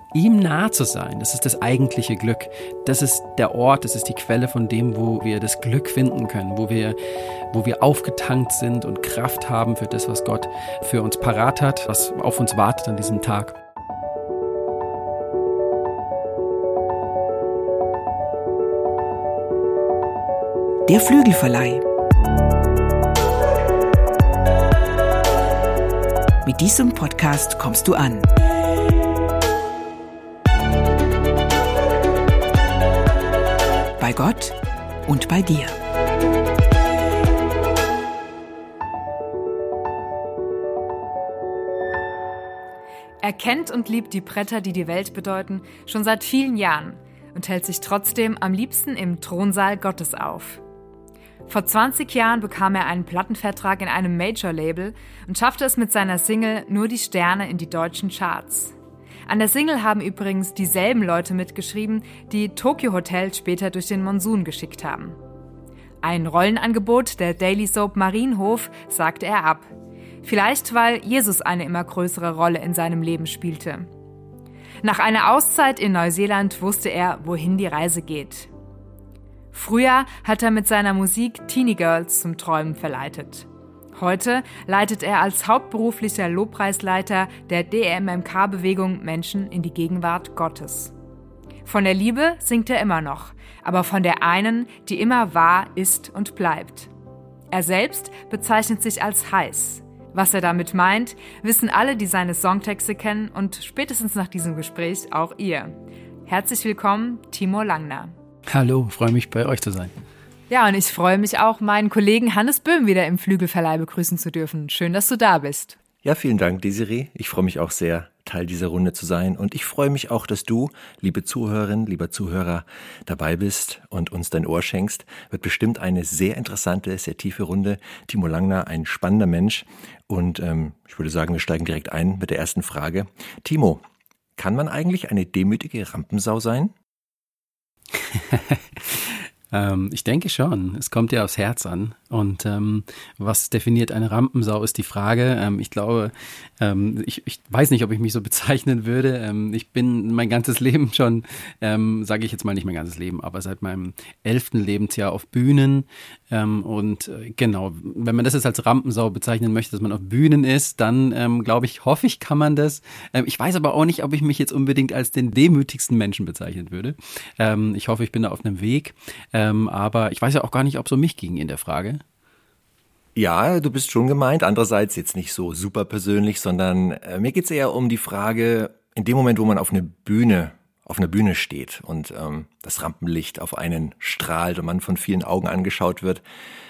ihm nah zu sein, das ist das eigentliche Glück. Das ist der Ort, das ist die Quelle von dem, wo wir das Glück finden können, wo wir aufgetankt sind und Kraft haben für das, was Gott für uns parat hat, was auf uns wartet an diesem Tag. Der Flügelverleih. Mit diesem Podcast kommst du an. Bei Gott und bei dir. Er kennt und liebt die Bretter, die die Welt bedeuten, schon seit vielen Jahren und hält sich trotzdem am liebsten im Thronsaal Gottes auf. Vor 20 Jahren bekam er einen Plattenvertrag in einem Major-Label und schaffte es mit seiner Single Nur die Sterne in die deutschen Charts. An der Single haben übrigens dieselben Leute mitgeschrieben, die Tokyo Hotel später durch den Monsun geschickt haben. Ein Rollenangebot der Daily Soap Marienhof sagte er ab. Vielleicht, weil Jesus eine immer größere Rolle in seinem Leben spielte. Nach einer Auszeit in Neuseeland wusste er, wohin die Reise geht. Früher hat er mit seiner Musik Teenie Girls zum Träumen verleitet. Heute leitet er als hauptberuflicher Lobpreisleiter der DMMK-Bewegung Menschen in die Gegenwart Gottes. Von der Liebe singt er immer noch, aber von der einen, die immer war, ist und bleibt. Er selbst bezeichnet sich als heiß. Was er damit meint, wissen alle, die seine Songtexte kennen und spätestens nach diesem Gespräch auch ihr. Herzlich willkommen, Timo Langner. Hallo, freue mich, bei euch zu sein. Ja, und ich freue mich auch, meinen Kollegen Hannes Böhm wieder im Flügelverleih begrüßen zu dürfen. Schön, dass du da bist. Ja, vielen Dank, Desiree. Ich freue mich auch sehr, Teil dieser Runde zu sein. Und ich freue mich auch, dass du, liebe Zuhörerin, lieber Zuhörer, dabei bist und uns dein Ohr schenkst. Wird bestimmt eine sehr interessante, sehr tiefe Runde. Timo Langner, ein spannender Mensch. Und ich würde sagen, wir steigen direkt ein mit der ersten Frage. Timo, kann man eigentlich eine demütige Rampensau sein? Ich denke schon. Es kommt ja aufs Herz an. Und was definiert eine Rampensau, ist die Frage. Ich glaube, ich weiß nicht, ob ich mich so bezeichnen würde. Ich bin mein ganzes Leben schon, sage ich jetzt mal nicht mein ganzes Leben, aber seit meinem 11. Lebensjahr auf Bühnen. Genau, wenn man das jetzt als Rampensau bezeichnen möchte, dass man auf Bühnen ist, dann hoffe ich, kann man das. Ich weiß aber auch nicht, ob ich mich jetzt unbedingt als den demütigsten Menschen bezeichnen würde. Ich hoffe, ich bin da auf einem Weg. Aber ich weiß ja auch gar nicht, ob es um mich ging in der Frage. Ja, du bist schon gemeint. Andererseits jetzt nicht so super persönlich, sondern mir geht es eher um die Frage, in dem Moment, wo man auf einer Bühne steht und das Rampenlicht auf einen strahlt und man von vielen Augen angeschaut wird,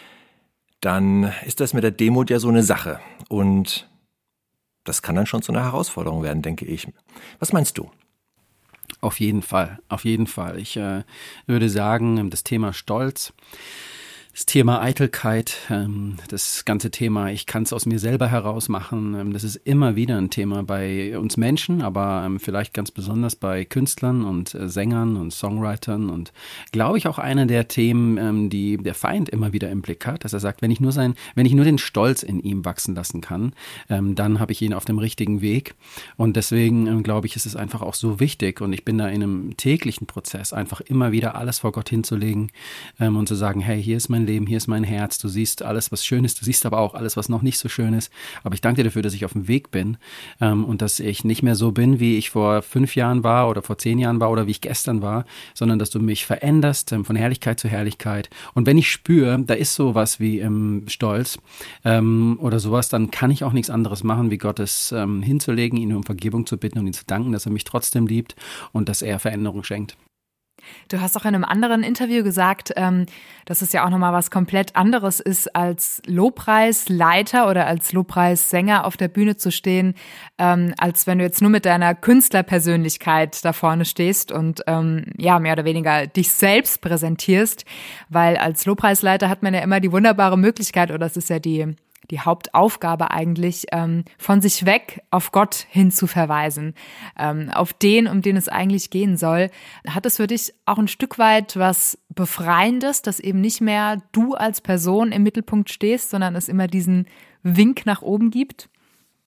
dann ist das mit der Demut ja so eine Sache. Und das kann dann schon zu einer Herausforderung werden, denke ich. Was meinst du? Auf jeden Fall, auf jeden Fall. Ich würde sagen, das Thema Stolz, das Thema Eitelkeit, das ganze Thema, ich kann es aus mir selber heraus machen, das ist immer wieder ein Thema bei uns Menschen, aber vielleicht ganz besonders bei Künstlern und Sängern und Songwritern und glaube ich auch einer der Themen, die der Feind immer wieder im Blick hat, dass er sagt, wenn ich nur den Stolz in ihm wachsen lassen kann, dann habe ich ihn auf dem richtigen Weg und deswegen glaube ich, ist es einfach auch so wichtig und ich bin da in einem täglichen Prozess, einfach immer wieder alles vor Gott hinzulegen und zu sagen, hey, hier ist mein Leben, hier ist mein Herz, du siehst alles, was schön ist, du siehst aber auch alles, was noch nicht so schön ist, aber ich danke dir dafür, dass ich auf dem Weg bin und dass ich nicht mehr so bin, wie ich vor 5 Jahren war oder vor 10 Jahren war oder wie ich gestern war, sondern dass du mich veränderst von Herrlichkeit zu Herrlichkeit und wenn ich spüre, da ist sowas wie Stolz oder sowas, dann kann ich auch nichts anderes machen, wie Gottes hinzulegen, ihn um Vergebung zu bitten und ihm zu danken, dass er mich trotzdem liebt und dass er Veränderung schenkt. Du hast auch in einem anderen Interview gesagt, dass es ja auch nochmal was komplett anderes ist, als Lobpreisleiter oder als Lobpreissänger auf der Bühne zu stehen, als wenn du jetzt nur mit deiner Künstlerpersönlichkeit da vorne stehst und mehr oder weniger dich selbst präsentierst, weil als Lobpreisleiter hat man ja immer die wunderbare Möglichkeit, oder es ist ja die Hauptaufgabe eigentlich, von sich weg auf Gott hin zu verweisen, auf den, um den es eigentlich gehen soll. Hat es für dich auch ein Stück weit was Befreiendes, dass eben nicht mehr du als Person im Mittelpunkt stehst, sondern es immer diesen Wink nach oben gibt?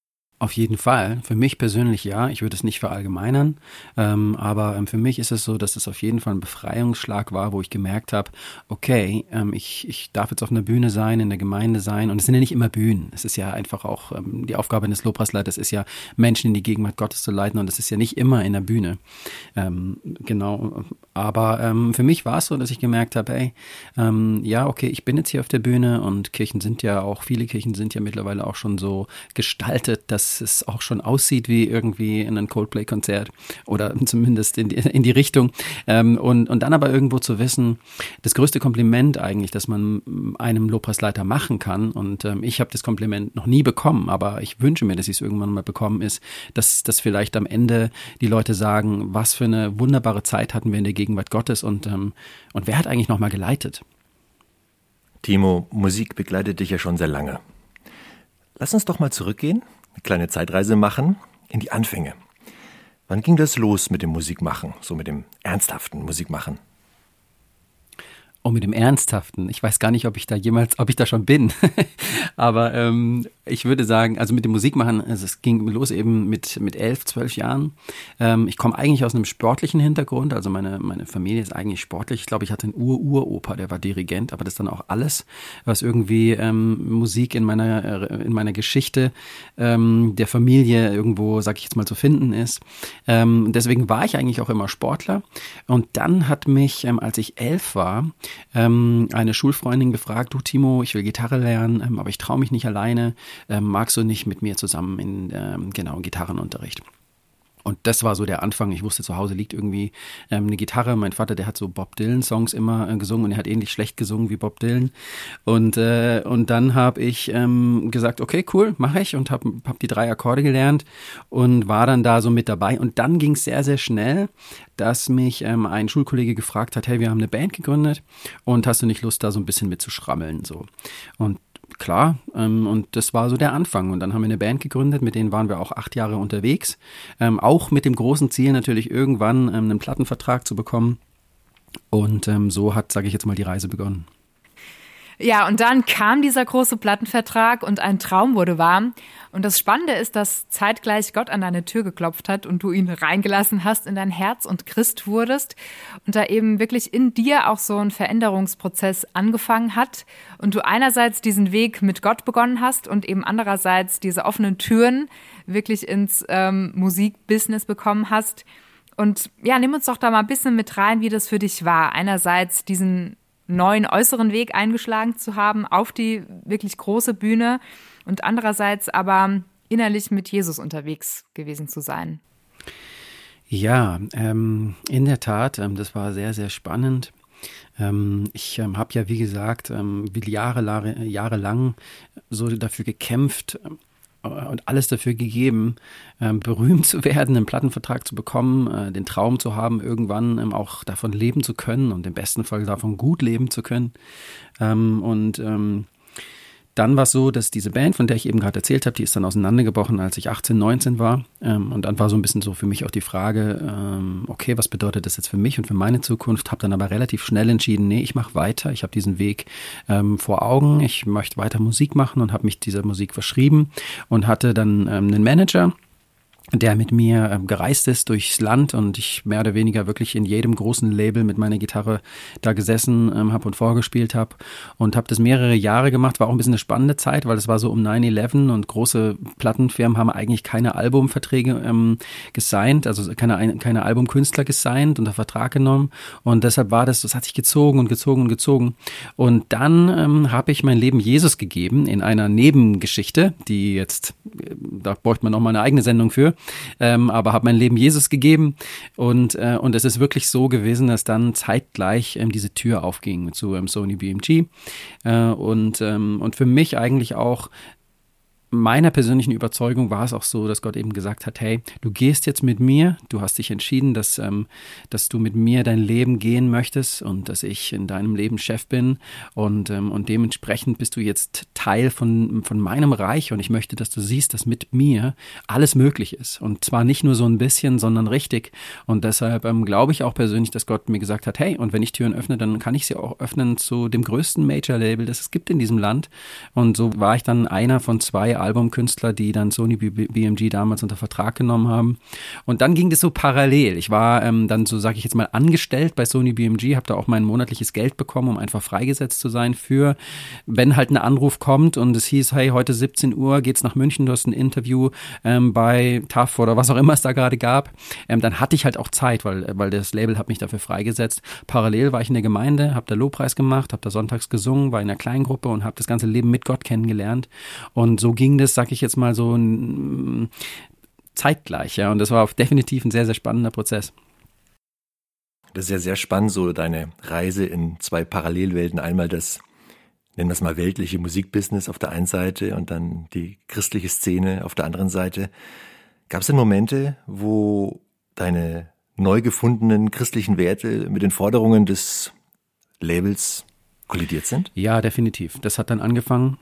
Auf jeden Fall. Für mich persönlich ja. Ich würde es nicht verallgemeinern. Aber für mich ist es so, dass es auf jeden Fall ein Befreiungsschlag war, wo ich gemerkt habe, okay, ich darf jetzt auf einer Bühne sein, in der Gemeinde sein. Und es sind ja nicht immer Bühnen. Es ist ja einfach auch die Aufgabe eines Lobpreisleiters ist ja, Menschen in die Gegenwart Gottes zu leiten. Und das ist ja nicht immer in der Bühne. Genau. Aber für mich war es so, dass ich gemerkt habe, hey, ja, okay, ich bin jetzt hier auf der Bühne und viele Kirchen sind ja mittlerweile auch schon so gestaltet, dass es auch schon aussieht wie irgendwie in ein Coldplay-Konzert oder zumindest in die Richtung. Und dann aber irgendwo zu wissen, das größte Kompliment eigentlich, das man einem Lobpreisleiter machen kann, und ich habe das Kompliment noch nie bekommen, aber ich wünsche mir, dass ich es irgendwann mal bekommen, ist, dass vielleicht am Ende die Leute sagen, was für eine wunderbare Zeit hatten wir in der Gegenwart Gottes und wer hat eigentlich nochmal geleitet? Timo, Musik begleitet dich ja schon sehr lange. Lass uns doch mal zurückgehen, eine kleine Zeitreise machen in die Anfänge. Wann ging das los mit dem Musikmachen, so mit dem ernsthaften Musikmachen? Oh, mit dem Ernsthaften. Ich weiß gar nicht, ob ich da schon bin. Aber ich würde sagen, also mit dem Musikmachen, also es ging los eben mit 11, 12 Jahren. Ich komme eigentlich aus einem sportlichen Hintergrund. Also meine Familie ist eigentlich sportlich. Ich glaube, ich hatte einen Uropa, der war Dirigent. Aber das ist dann auch alles, was irgendwie Musik in meiner Geschichte der Familie irgendwo, sag ich jetzt mal, zu finden ist. Deswegen war ich eigentlich auch immer Sportler. Und dann hat mich, als ich 11 war, eine Schulfreundin gefragt, du Timo, ich will Gitarre lernen, aber ich traue mich nicht alleine, magst du nicht mit mir zusammen in Gitarrenunterricht? Und das war so der Anfang. Ich wusste, zu Hause liegt irgendwie eine Gitarre. Mein Vater, der hat so Bob Dylan-Songs immer gesungen und er hat ähnlich schlecht gesungen wie Bob Dylan. Und dann habe ich gesagt, okay, cool, mache ich, und hab die 3 Akkorde gelernt und war dann da so mit dabei. Und dann ging es sehr, sehr schnell, dass mich ein Schulkollege gefragt hat, hey, wir haben eine Band gegründet und hast du nicht Lust, da so ein bisschen mitzuschrammeln? So. Und klar, und das war so der Anfang. Und dann haben wir eine Band gegründet, mit denen waren wir auch 8 Jahre unterwegs. Auch mit dem großen Ziel natürlich irgendwann einen Plattenvertrag zu bekommen. Und so hat, sage ich jetzt mal, die Reise begonnen. Ja, und dann kam dieser große Plattenvertrag und ein Traum wurde wahr. Und das Spannende ist, dass zeitgleich Gott an deine Tür geklopft hat und du ihn reingelassen hast in dein Herz und Christ wurdest. Und da eben wirklich in dir auch so ein Veränderungsprozess angefangen hat. Und du einerseits diesen Weg mit Gott begonnen hast und eben andererseits diese offenen Türen wirklich ins Musikbusiness bekommen hast. Und ja, nimm uns doch da mal ein bisschen mit rein, wie das für dich war. Einerseits diesen neuen äußeren Weg eingeschlagen zu haben auf die wirklich große Bühne und andererseits aber innerlich mit Jesus unterwegs gewesen zu sein. Ja, in der Tat, das war sehr, sehr spannend. Ich habe ja, wie gesagt, jahrelang so dafür gekämpft und alles dafür gegeben, berühmt zu werden, einen Plattenvertrag zu bekommen, den Traum zu haben, irgendwann auch davon leben zu können und im besten Fall davon gut leben zu können. Dann war es so, dass diese Band, von der ich eben gerade erzählt habe, die ist dann auseinandergebrochen, als ich 18, 19 war. Und dann war so ein bisschen so für mich auch die Frage, okay, was bedeutet das jetzt für mich und für meine Zukunft? Habe dann aber relativ schnell entschieden, nee, ich mache weiter. Ich habe diesen Weg vor Augen. Ich möchte weiter Musik machen und habe mich dieser Musik verschrieben und hatte dann einen Manager, der mit mir gereist ist durchs Land und ich mehr oder weniger wirklich in jedem großen Label mit meiner Gitarre da gesessen habe und vorgespielt habe und habe das mehrere Jahre gemacht. War auch ein bisschen eine spannende Zeit, weil es war so um 9/11 und große Plattenfirmen haben eigentlich keine Albumverträge gesigned, also keine Albumkünstler gesigned, unter Vertrag genommen und deshalb war das hat sich gezogen und dann habe ich mein Leben Jesus gegeben in einer Nebengeschichte, die jetzt, da bräuchte man noch mal eine eigene Sendung für, aber habe mein Leben Jesus gegeben und es ist wirklich so gewesen, dass dann zeitgleich diese Tür aufging zu Sony BMG und für mich eigentlich auch meiner persönlichen Überzeugung war es auch so, dass Gott eben gesagt hat, hey, du gehst jetzt mit mir, du hast dich entschieden, dass du mit mir dein Leben gehen möchtest und dass ich in deinem Leben Chef bin und dementsprechend bist du jetzt Teil von meinem Reich und ich möchte, dass du siehst, dass mit mir alles möglich ist und zwar nicht nur so ein bisschen, sondern richtig und deshalb glaube ich auch persönlich, dass Gott mir gesagt hat, hey, und wenn ich Türen öffne, dann kann ich sie auch öffnen zu dem größten Major-Label, das es gibt in diesem Land und so war ich dann einer von 2 Albumkünstler, die dann Sony BMG damals unter Vertrag genommen haben. Und dann ging das so parallel. Ich war dann so, sage ich jetzt mal, angestellt bei Sony BMG, habe da auch mein monatliches Geld bekommen, um einfach freigesetzt zu sein für, wenn halt ein Anruf kommt und es hieß, hey, heute 17 Uhr geht's nach München, du hast ein Interview bei TAF oder was auch immer es da gerade gab. Dann hatte ich halt auch Zeit, weil das Label hat mich dafür freigesetzt. Parallel war ich in der Gemeinde, habe da Lobpreis gemacht, habe da sonntags gesungen, war in einer Kleingruppe und habe das ganze Leben mit Gott kennengelernt. Und so ging das, sag ich jetzt mal so, zeitgleich. Ja. Und das war definitiv ein sehr, sehr spannender Prozess. Das ist ja sehr spannend, so deine Reise in zwei Parallelwelten. Einmal das, nennen wir es mal, weltliche Musikbusiness auf der einen Seite und dann die christliche Szene auf der anderen Seite. Gab es denn Momente, wo deine neu gefundenen christlichen Werte mit den Forderungen des Labels kollidiert sind? Ja, definitiv. Das hat dann angefangen,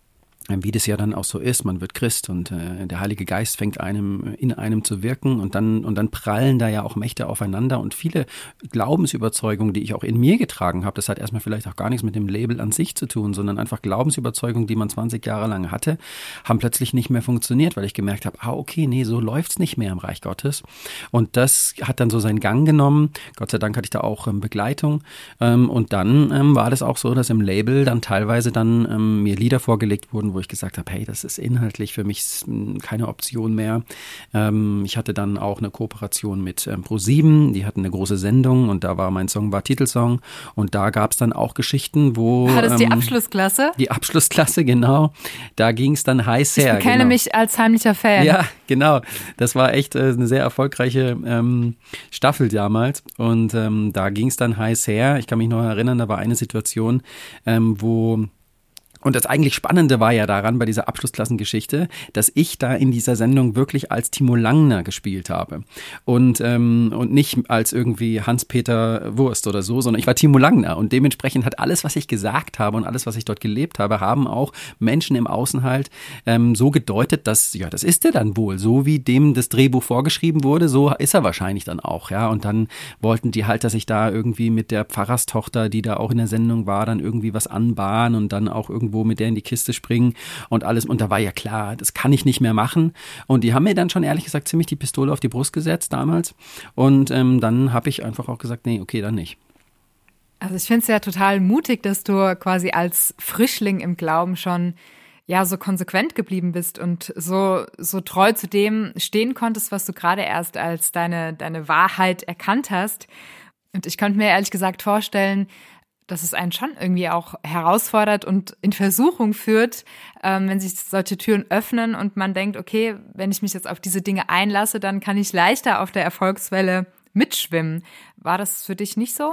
wie das ja dann auch so ist, man wird Christ und der Heilige Geist fängt in einem zu wirken und dann prallen da ja auch Mächte aufeinander und viele Glaubensüberzeugungen, die ich auch in mir getragen habe, das hat erstmal vielleicht auch gar nichts mit dem Label an sich zu tun, sondern einfach Glaubensüberzeugungen, die man 20 Jahre lang hatte, haben plötzlich nicht mehr funktioniert, weil ich gemerkt habe, okay, nee, so läuft's nicht mehr im Reich Gottes. Und das hat dann so seinen Gang genommen. Gott sei Dank hatte ich da auch Begleitung. Und dann war das auch so, dass im Label dann teilweise dann mir Lieder vorgelegt wurden, wo ich gesagt habe, hey, das ist inhaltlich für mich keine Option mehr. Ich hatte dann auch eine Kooperation mit Pro7, die hatten eine große Sendung und da war mein Song, war Titelsong und da gab es dann auch Geschichten, wo... War das die Abschlussklasse? Die Abschlussklasse, genau. Da ging es dann heiß her. Ich bekenne mich als heimlicher Fan. Ja, genau. Das war echt eine sehr erfolgreiche Staffel damals und da ging es dann heiß her. Ich kann mich noch erinnern, da war eine Situation, wo... Und das eigentlich Spannende war ja daran bei dieser Abschlussklassengeschichte, dass ich da in dieser Sendung wirklich als Timo Langner gespielt habe und nicht als irgendwie Hans-Peter Wurst oder so, sondern ich war Timo Langner und dementsprechend hat alles, was ich gesagt habe und alles, was ich dort gelebt habe, haben auch Menschen im Außen halt so gedeutet, dass, ja, das ist er dann wohl, so wie dem das Drehbuch vorgeschrieben wurde, so ist er wahrscheinlich dann auch, ja, und dann wollten die halt, dass ich da irgendwie mit der Pfarrerstochter, die da auch in der Sendung war, dann irgendwie was anbahnen und dann auch irgendwo mit der in die Kiste springen und alles. Und da war ja klar, das kann ich nicht mehr machen. Und die haben mir dann schon ehrlich gesagt ziemlich die Pistole auf die Brust gesetzt damals. Und dann habe ich einfach auch gesagt, nee, okay, dann nicht. Also ich finde es ja total mutig, dass du quasi als Frischling im Glauben schon ja so konsequent geblieben bist und so treu zu dem stehen konntest, was du gerade erst als deine Wahrheit erkannt hast. Und ich könnte mir ehrlich gesagt vorstellen, dass es einen schon irgendwie auch herausfordert und in Versuchung führt, wenn sich solche Türen öffnen und man denkt, okay, wenn ich mich jetzt auf diese Dinge einlasse, dann kann ich leichter auf der Erfolgswelle mitschwimmen. War das für dich nicht so?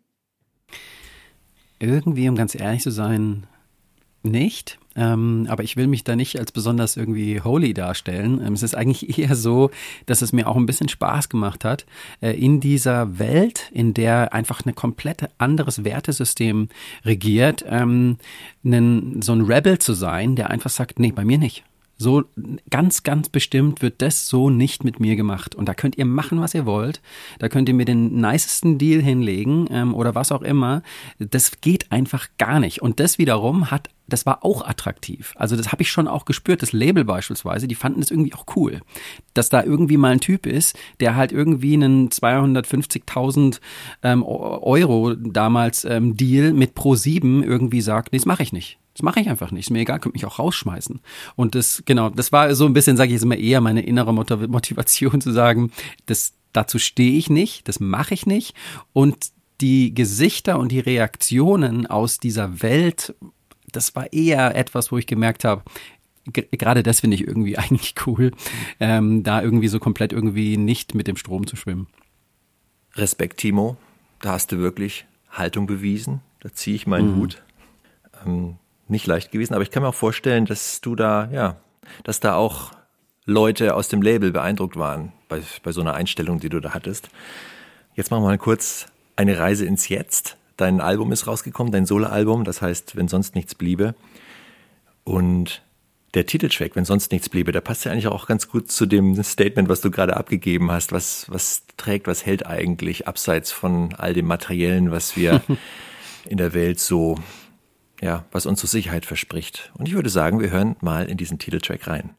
Irgendwie, um ganz ehrlich zu sein, nicht. Aber ich will mich da nicht als besonders irgendwie holy darstellen. Es ist eigentlich eher so, dass es mir auch ein bisschen Spaß gemacht hat, in dieser Welt, in der einfach ein komplett anderes Wertesystem regiert, so ein Rebel zu sein, der einfach sagt, nee, bei mir nicht. So ganz, ganz bestimmt wird das so nicht mit mir gemacht. Und da könnt ihr machen, was ihr wollt. Da könnt ihr mir den nicesten Deal hinlegen oder was auch immer. Das geht einfach gar nicht. Und das wiederum das war auch attraktiv. Also das habe ich schon auch gespürt. Das Label beispielsweise, die fanden das irgendwie auch cool. Dass da irgendwie mal ein Typ ist, der halt irgendwie einen 250.000 Euro damals Deal mit Pro7 irgendwie sagt, nee, das mache ich nicht. Das mache ich einfach nicht. Ist mir egal, könnt mich auch rausschmeißen. Und das war so ein bisschen, sage ich jetzt immer, eher meine innere Motivation zu sagen, dazu stehe ich nicht, das mache ich nicht. Und die Gesichter und die Reaktionen aus dieser Welt, das war eher etwas, wo ich gemerkt habe, gerade das finde ich irgendwie eigentlich cool, da irgendwie so komplett irgendwie nicht mit dem Strom zu schwimmen. Respekt, Timo. Da hast du wirklich Haltung bewiesen. Da ziehe ich meinen Hut. Nicht leicht gewesen, aber ich kann mir auch vorstellen, dass dass da auch Leute aus dem Label beeindruckt waren bei so einer Einstellung, die du da hattest. Jetzt machen wir mal kurz eine Reise ins Jetzt. Dein Album ist rausgekommen, dein Soloalbum, das heißt, wenn sonst nichts bliebe. Und der Titeltrack, wenn sonst nichts bliebe, der passt ja eigentlich auch ganz gut zu dem Statement, was du gerade abgegeben hast. Was trägt, was hält eigentlich abseits von all dem Materiellen, was wir in der Welt so ja, was uns so Sicherheit verspricht. Und ich würde sagen, wir hören mal in diesen Titeltrack rein.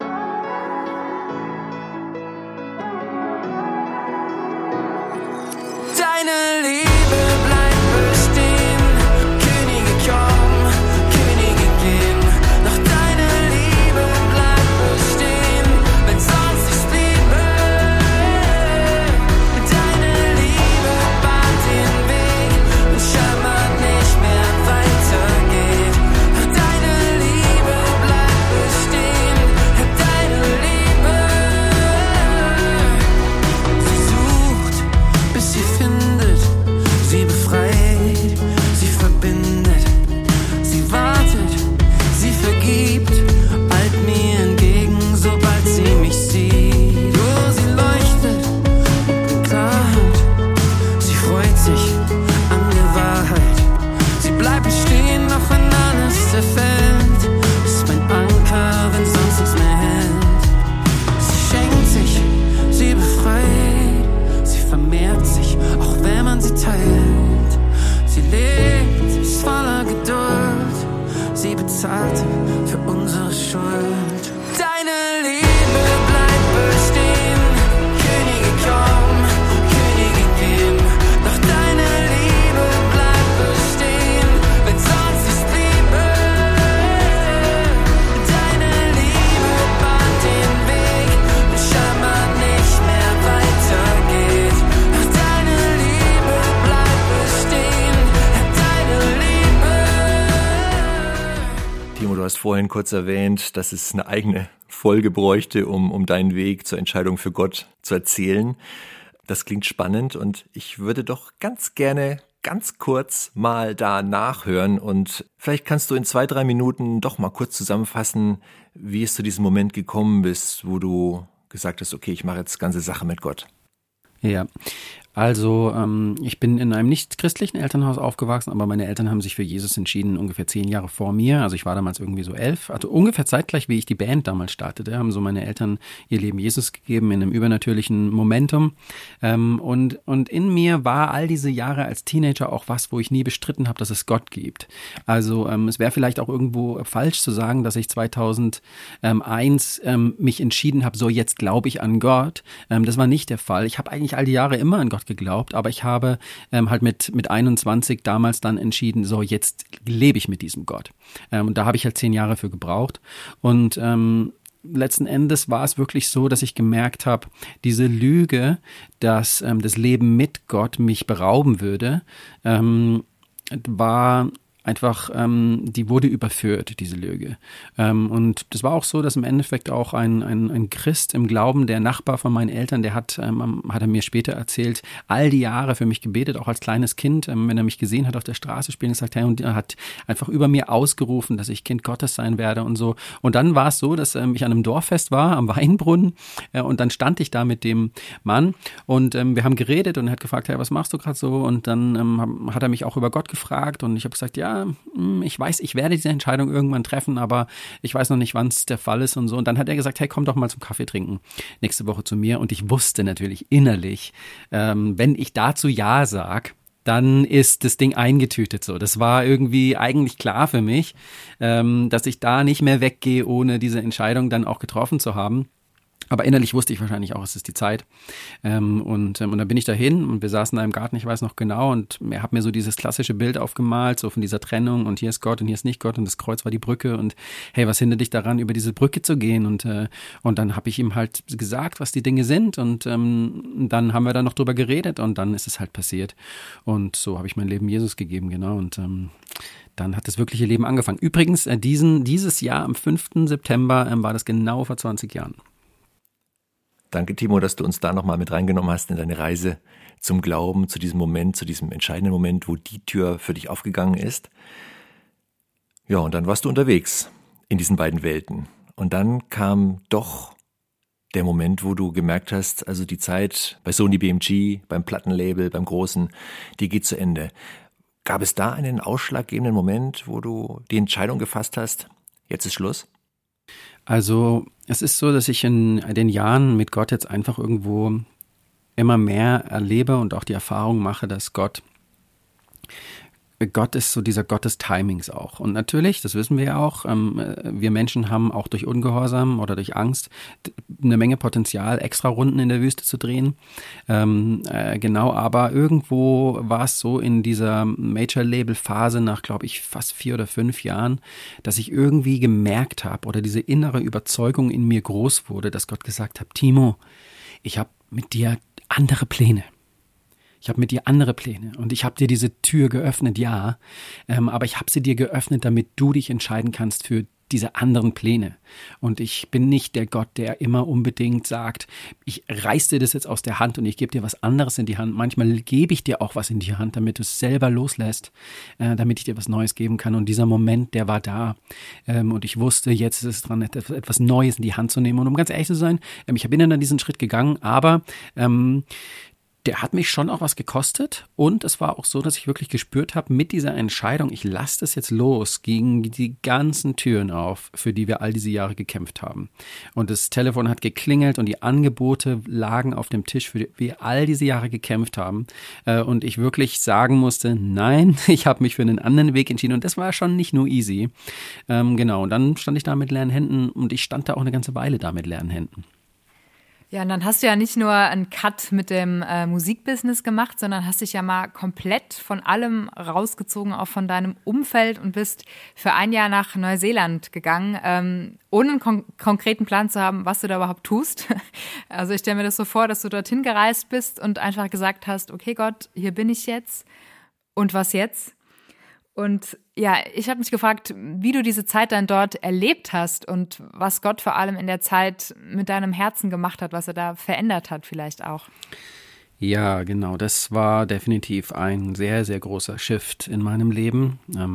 Deine Liebe bleibt bestehen, Könige kommen, Könige gehen, doch deine Liebe bleibt bestehen, wenn sonst nichts bliebe. Deine Liebe bahnt den Weg, wenn scheinbar nicht mehr weitergeht. Doch deine Liebe bleibt bestehen, deine Liebe. Sie sucht, bis sie findet, sie befreit, sie verbindet, sie wartet, sie vergibt, eilt mir entgegen, sobald sie mich sieht. Oh, sie leuchtet und bringt Klarheit, sie freut sich an der Wahrheit, sie bleibt bestehen, auch wenn alles zerfällt, ist mein Anker, wenn sonst nichts mehr hält. Sie schenkt sich, sie befreit, sie vermehrt sich, auch wenn man sie teilt. Sie lebt, ist voller Geduld, sie bezahlt für unsere Schuld. Deine Liebe bleibt bestehen, Könige kommen, Könige gehen, doch deine Liebe bleibt bestehen, wenn sonst nichts bliebe. Deine Liebe bahnt den Weg, wenn scheinbar nicht mehr weitergeht. Doch deine Liebe bleibt bestehen, deine Liebe. Timo, du hast vorhin kurz erwähnt, dass es eine eigene Folge bräuchte, um deinen Weg zur Entscheidung für Gott zu erzählen. Das klingt spannend und ich würde doch ganz gerne ganz kurz mal da nachhören und vielleicht kannst du in 2-3 Minuten doch mal kurz zusammenfassen, wie es zu diesem Moment gekommen bist, wo du gesagt hast, okay, ich mache jetzt ganze Sache mit Gott. Ja, also ich bin in einem nicht-christlichen Elternhaus aufgewachsen, aber meine Eltern haben sich für Jesus entschieden, ungefähr 10 Jahre vor mir. Also ich war damals irgendwie so 11, also ungefähr zeitgleich, wie ich die Band damals startete, haben so meine Eltern ihr Leben Jesus gegeben in einem übernatürlichen Momentum. Und in mir war all diese Jahre als Teenager auch was, wo ich nie bestritten habe, dass es Gott gibt. Also es wäre vielleicht auch irgendwo falsch zu sagen, dass ich 2001 mich entschieden habe, so jetzt glaube ich an Gott. Das war nicht der Fall. Ich habe eigentlich all die Jahre immer an Gott geglaubt, aber ich habe halt mit 21 damals dann entschieden, so jetzt lebe ich mit diesem Gott. Und da habe ich halt 10 Jahre für gebraucht und letzten Endes war es wirklich so, dass ich gemerkt habe, diese Lüge, dass das Leben mit Gott mich berauben würde, war einfach, die wurde überführt, diese Lüge. Und das war auch so, dass im Endeffekt auch ein Christ im Glauben, der Nachbar von meinen Eltern, der hat er mir später erzählt, all die Jahre für mich gebetet, auch als kleines Kind, wenn er mich gesehen hat auf der Straße spielen, gesagt, hey, und er hat einfach über mir ausgerufen, dass ich Kind Gottes sein werde und so. Und dann war es so, dass ich an einem Dorffest war, am Weinbrunnen, und dann stand ich da mit dem Mann und wir haben geredet und er hat gefragt, hey, was machst du gerade so? Und dann hat er mich auch über Gott gefragt und ich habe gesagt, ja, ich weiß, ich werde diese Entscheidung irgendwann treffen, aber ich weiß noch nicht, wann es der Fall ist und so. Und dann hat er gesagt, hey, komm doch mal zum Kaffee trinken nächste Woche zu mir. Und ich wusste natürlich innerlich, wenn ich dazu Ja sag, dann ist das Ding eingetütet so. Das war irgendwie eigentlich klar für mich, dass ich da nicht mehr weggehe, ohne diese Entscheidung dann auch getroffen zu haben. Aber innerlich wusste ich wahrscheinlich auch, es ist die Zeit. Und dann bin ich dahin und wir saßen da im Garten, ich weiß noch genau, und er hat mir so dieses klassische Bild aufgemalt, so von dieser Trennung und hier ist Gott und hier ist nicht Gott und das Kreuz war die Brücke und hey, was hindert dich daran, über diese Brücke zu gehen? Und dann habe ich ihm halt gesagt, was die Dinge sind und dann haben wir da noch drüber geredet und dann ist es halt passiert. Und so habe ich mein Leben Jesus gegeben, genau. Und dann hat das wirkliche Leben angefangen. Übrigens, dieses Jahr am 5. September war das genau vor 20 Jahren. Danke, Timo, dass du uns da nochmal mit reingenommen hast in deine Reise zum Glauben, zu diesem Moment, zu diesem entscheidenden Moment, wo die Tür für dich aufgegangen ist. Ja, und dann warst du unterwegs in diesen beiden Welten. Und dann kam doch der Moment, wo du gemerkt hast, also die Zeit bei Sony BMG, beim Plattenlabel, beim Großen, die geht zu Ende. Gab es da einen ausschlaggebenden Moment, wo du die Entscheidung gefasst hast, jetzt ist Schluss? Also es ist so, dass ich in den Jahren mit Gott jetzt einfach irgendwo immer mehr erlebe und auch die Erfahrung mache, dass Gott Gott ist so dieser Gott des Timings auch. Und natürlich, das wissen wir ja auch, wir Menschen haben auch durch Ungehorsam oder durch Angst eine Menge Potenzial, extra Runden in der Wüste zu drehen. Genau, aber irgendwo war es so in dieser Major-Label-Phase nach, glaube ich, fast 4 oder 5 Jahren, dass ich irgendwie gemerkt habe oder diese innere Überzeugung in mir groß wurde, dass Gott gesagt hat, Timo, ich habe mit dir andere Pläne. Ich habe mit dir andere Pläne und ich habe dir diese Tür geöffnet, ja, aber ich habe sie dir geöffnet, damit du dich entscheiden kannst für diese anderen Pläne. Und ich bin nicht der Gott, der immer unbedingt sagt, ich reiß dir das jetzt aus der Hand und ich gebe dir was anderes in die Hand. Manchmal gebe ich dir auch was in die Hand, damit du es selber loslässt, damit ich dir was Neues geben kann. Und dieser Moment, der war da. Und ich wusste, jetzt ist es dran, etwas Neues in die Hand zu nehmen. Und um ganz ehrlich zu sein, ich bin dann diesen Schritt gegangen, aber der hat mich schon auch was gekostet und es war auch so, dass ich wirklich gespürt habe, mit dieser Entscheidung, ich lasse das jetzt los, gingen die ganzen Türen auf, für die wir all diese Jahre gekämpft haben. Und das Telefon hat geklingelt und die Angebote lagen auf dem Tisch, für die wir all diese Jahre gekämpft haben. Und ich wirklich sagen musste, nein, ich habe mich für einen anderen Weg entschieden und das war schon nicht nur easy. Genau, und dann stand ich da mit leeren Händen und ich stand da auch eine ganze Weile da mit leeren Händen. Ja, und dann hast du ja nicht nur einen Cut mit dem Musikbusiness gemacht, sondern hast dich ja mal komplett von allem rausgezogen, auch von deinem Umfeld und bist für ein Jahr nach Neuseeland gegangen, ohne einen konkreten Plan zu haben, was du da überhaupt tust. Also ich stelle mir das so vor, dass du dorthin gereist bist und einfach gesagt hast, okay Gott, hier bin ich jetzt und was jetzt? Und ja, ich habe mich gefragt, wie du diese Zeit dann dort erlebt hast und was Gott vor allem in der Zeit mit deinem Herzen gemacht hat, was er da verändert hat vielleicht auch. Ja, genau, das war definitiv ein sehr, sehr großer Shift in meinem Leben.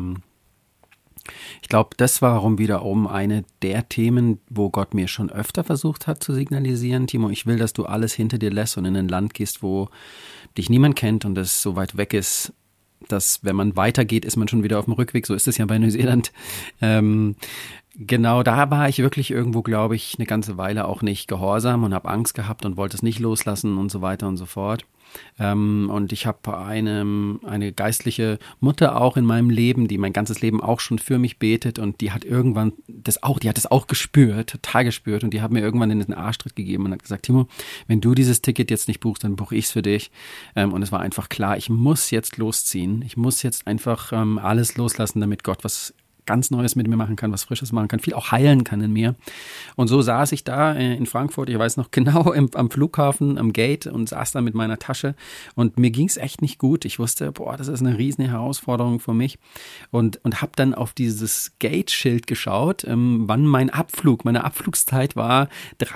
Ich glaube, das war wiederum eine der Themen, wo Gott mir schon öfter versucht hat zu signalisieren, Timo, ich will, dass du alles hinter dir lässt und in ein Land gehst, wo dich niemand kennt und das so weit weg ist, dass wenn man weitergeht, ist man schon wieder auf dem Rückweg. So ist es ja bei Neuseeland. Genau, da war ich wirklich irgendwo, glaube ich, eine ganze Weile auch nicht gehorsam und habe Angst gehabt und wollte es nicht loslassen und so weiter und so fort. Und ich habe eine geistliche Mutter auch in meinem Leben, die mein ganzes Leben auch schon für mich betet und die hat irgendwann das auch gespürt, total gespürt und die hat mir irgendwann in den Arschtritt gegeben und hat gesagt, Timo, wenn du dieses Ticket jetzt nicht buchst, dann buche ich es für dich. Und es war einfach klar, ich muss jetzt losziehen, ich muss jetzt einfach alles loslassen, damit Gott was ganz Neues mit mir machen kann, was Frisches machen kann, viel auch heilen kann in mir. Und so saß ich da in Frankfurt, ich weiß noch genau, am Flughafen, am Gate und saß da mit meiner Tasche und mir ging es echt nicht gut. Ich wusste, das ist eine riesen Herausforderung für mich und habe dann auf dieses Gate-Schild geschaut, wann meine Abflugszeit war,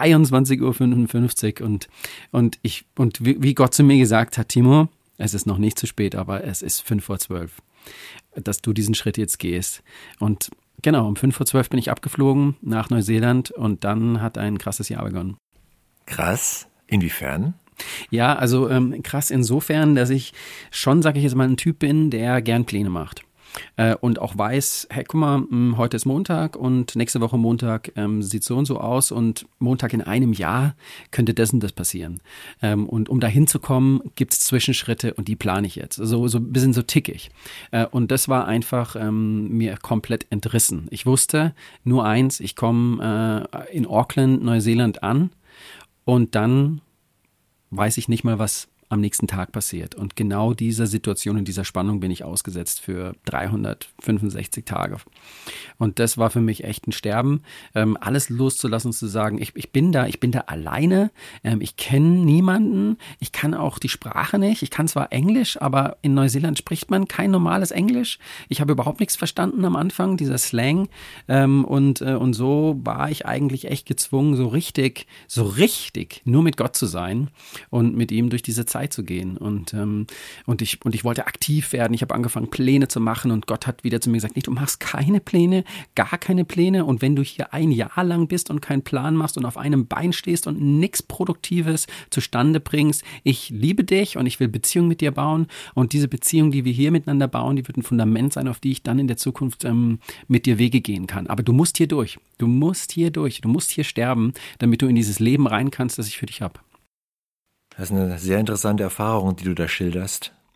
23:55 Uhr und wie Gott zu mir gesagt hat, Timo, es ist noch nicht zu spät, aber es ist 11:55 dass du diesen Schritt jetzt gehst. Und genau, um 11:55 bin ich abgeflogen nach Neuseeland und dann hat ein krasses Jahr begonnen. Krass? Inwiefern? Ja, also krass insofern, dass ich schon, sage ich jetzt mal, ein Typ bin, der gern Pläne macht. Und auch weiß, hey, guck mal, heute ist Montag und nächste Woche Montag sieht so und so aus und Montag in einem Jahr könnte das und das passieren. Und um da hinzukommen, gibt es Zwischenschritte und die plane ich jetzt. So ein bisschen so tickig. Und das war einfach mir komplett entrissen. Ich wusste nur eins, ich komme in Auckland, Neuseeland an und dann weiß ich nicht mal, was am nächsten Tag passiert. Und genau dieser Situation und dieser Spannung bin ich ausgesetzt für 365 Tage. Und das war für mich echt ein Sterben, alles loszulassen und zu sagen, ich bin da alleine, ich kenne niemanden, ich kann auch die Sprache nicht, ich kann zwar Englisch, aber in Neuseeland spricht man kein normales Englisch. Ich habe überhaupt nichts verstanden am Anfang, dieser Slang. Und so war ich eigentlich echt gezwungen, so richtig nur mit Gott zu sein und mit ihm durch diese Zeit zu gehen und ich wollte aktiv werden. Ich habe angefangen, Pläne zu machen und Gott hat wieder zu mir gesagt, nee, du machst keine Pläne, gar keine Pläne und wenn du hier ein Jahr lang bist und keinen Plan machst und auf einem Bein stehst und nichts Produktives zustande bringst, ich liebe dich und ich will Beziehung mit dir bauen und diese Beziehung, die wir hier miteinander bauen, die wird ein Fundament sein, auf die ich dann in der Zukunft mit dir Wege gehen kann. Aber du musst hier durch, du musst hier sterben, damit du in dieses Leben rein kannst, das ich für dich habe. Das ist eine sehr interessante Erfahrung, die du da schilderst.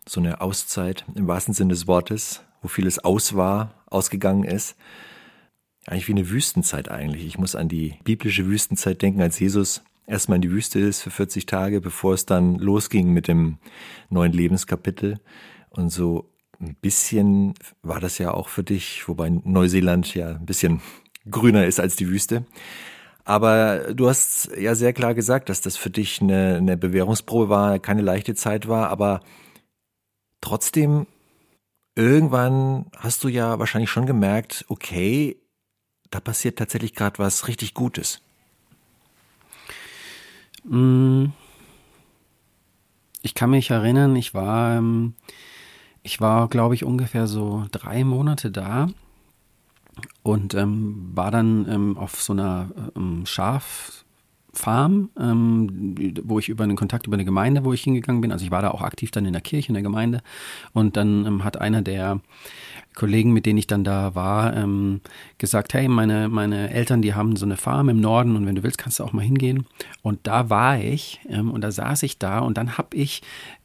so eine Auszeit im wahrsten Sinne des Wortes, wo vieles ausgegangen ist. Eigentlich wie eine Wüstenzeit eigentlich. Ich muss an die biblische Wüstenzeit denken, als Jesus erstmal in die Wüste ist für 40 Tage, bevor es dann losging mit dem neuen Lebenskapitel. Und so ein bisschen war das ja auch für dich, wobei Neuseeland ja ein bisschen grüner ist als die Wüste. Aber du hast ja sehr klar gesagt, dass das für dich eine Bewährungsprobe war, keine leichte Zeit war, aber trotzdem, irgendwann hast du ja wahrscheinlich schon gemerkt, okay, da passiert tatsächlich gerade was richtig Gutes. Ich kann mich erinnern, ich war, glaube ich, ungefähr so 3 Monate da und war dann auf so einer Schaffarm, wo ich über einen Kontakt über eine Gemeinde, wo ich hingegangen bin. Also ich war da auch aktiv dann in der Kirche, in der Gemeinde. Und dann hat einer der Kollegen, mit denen ich dann da war, gesagt, hey, meine Eltern, die haben so eine Farm im Norden und wenn du willst, kannst du auch mal hingehen. Und da war ich und da saß ich da und dann habe ich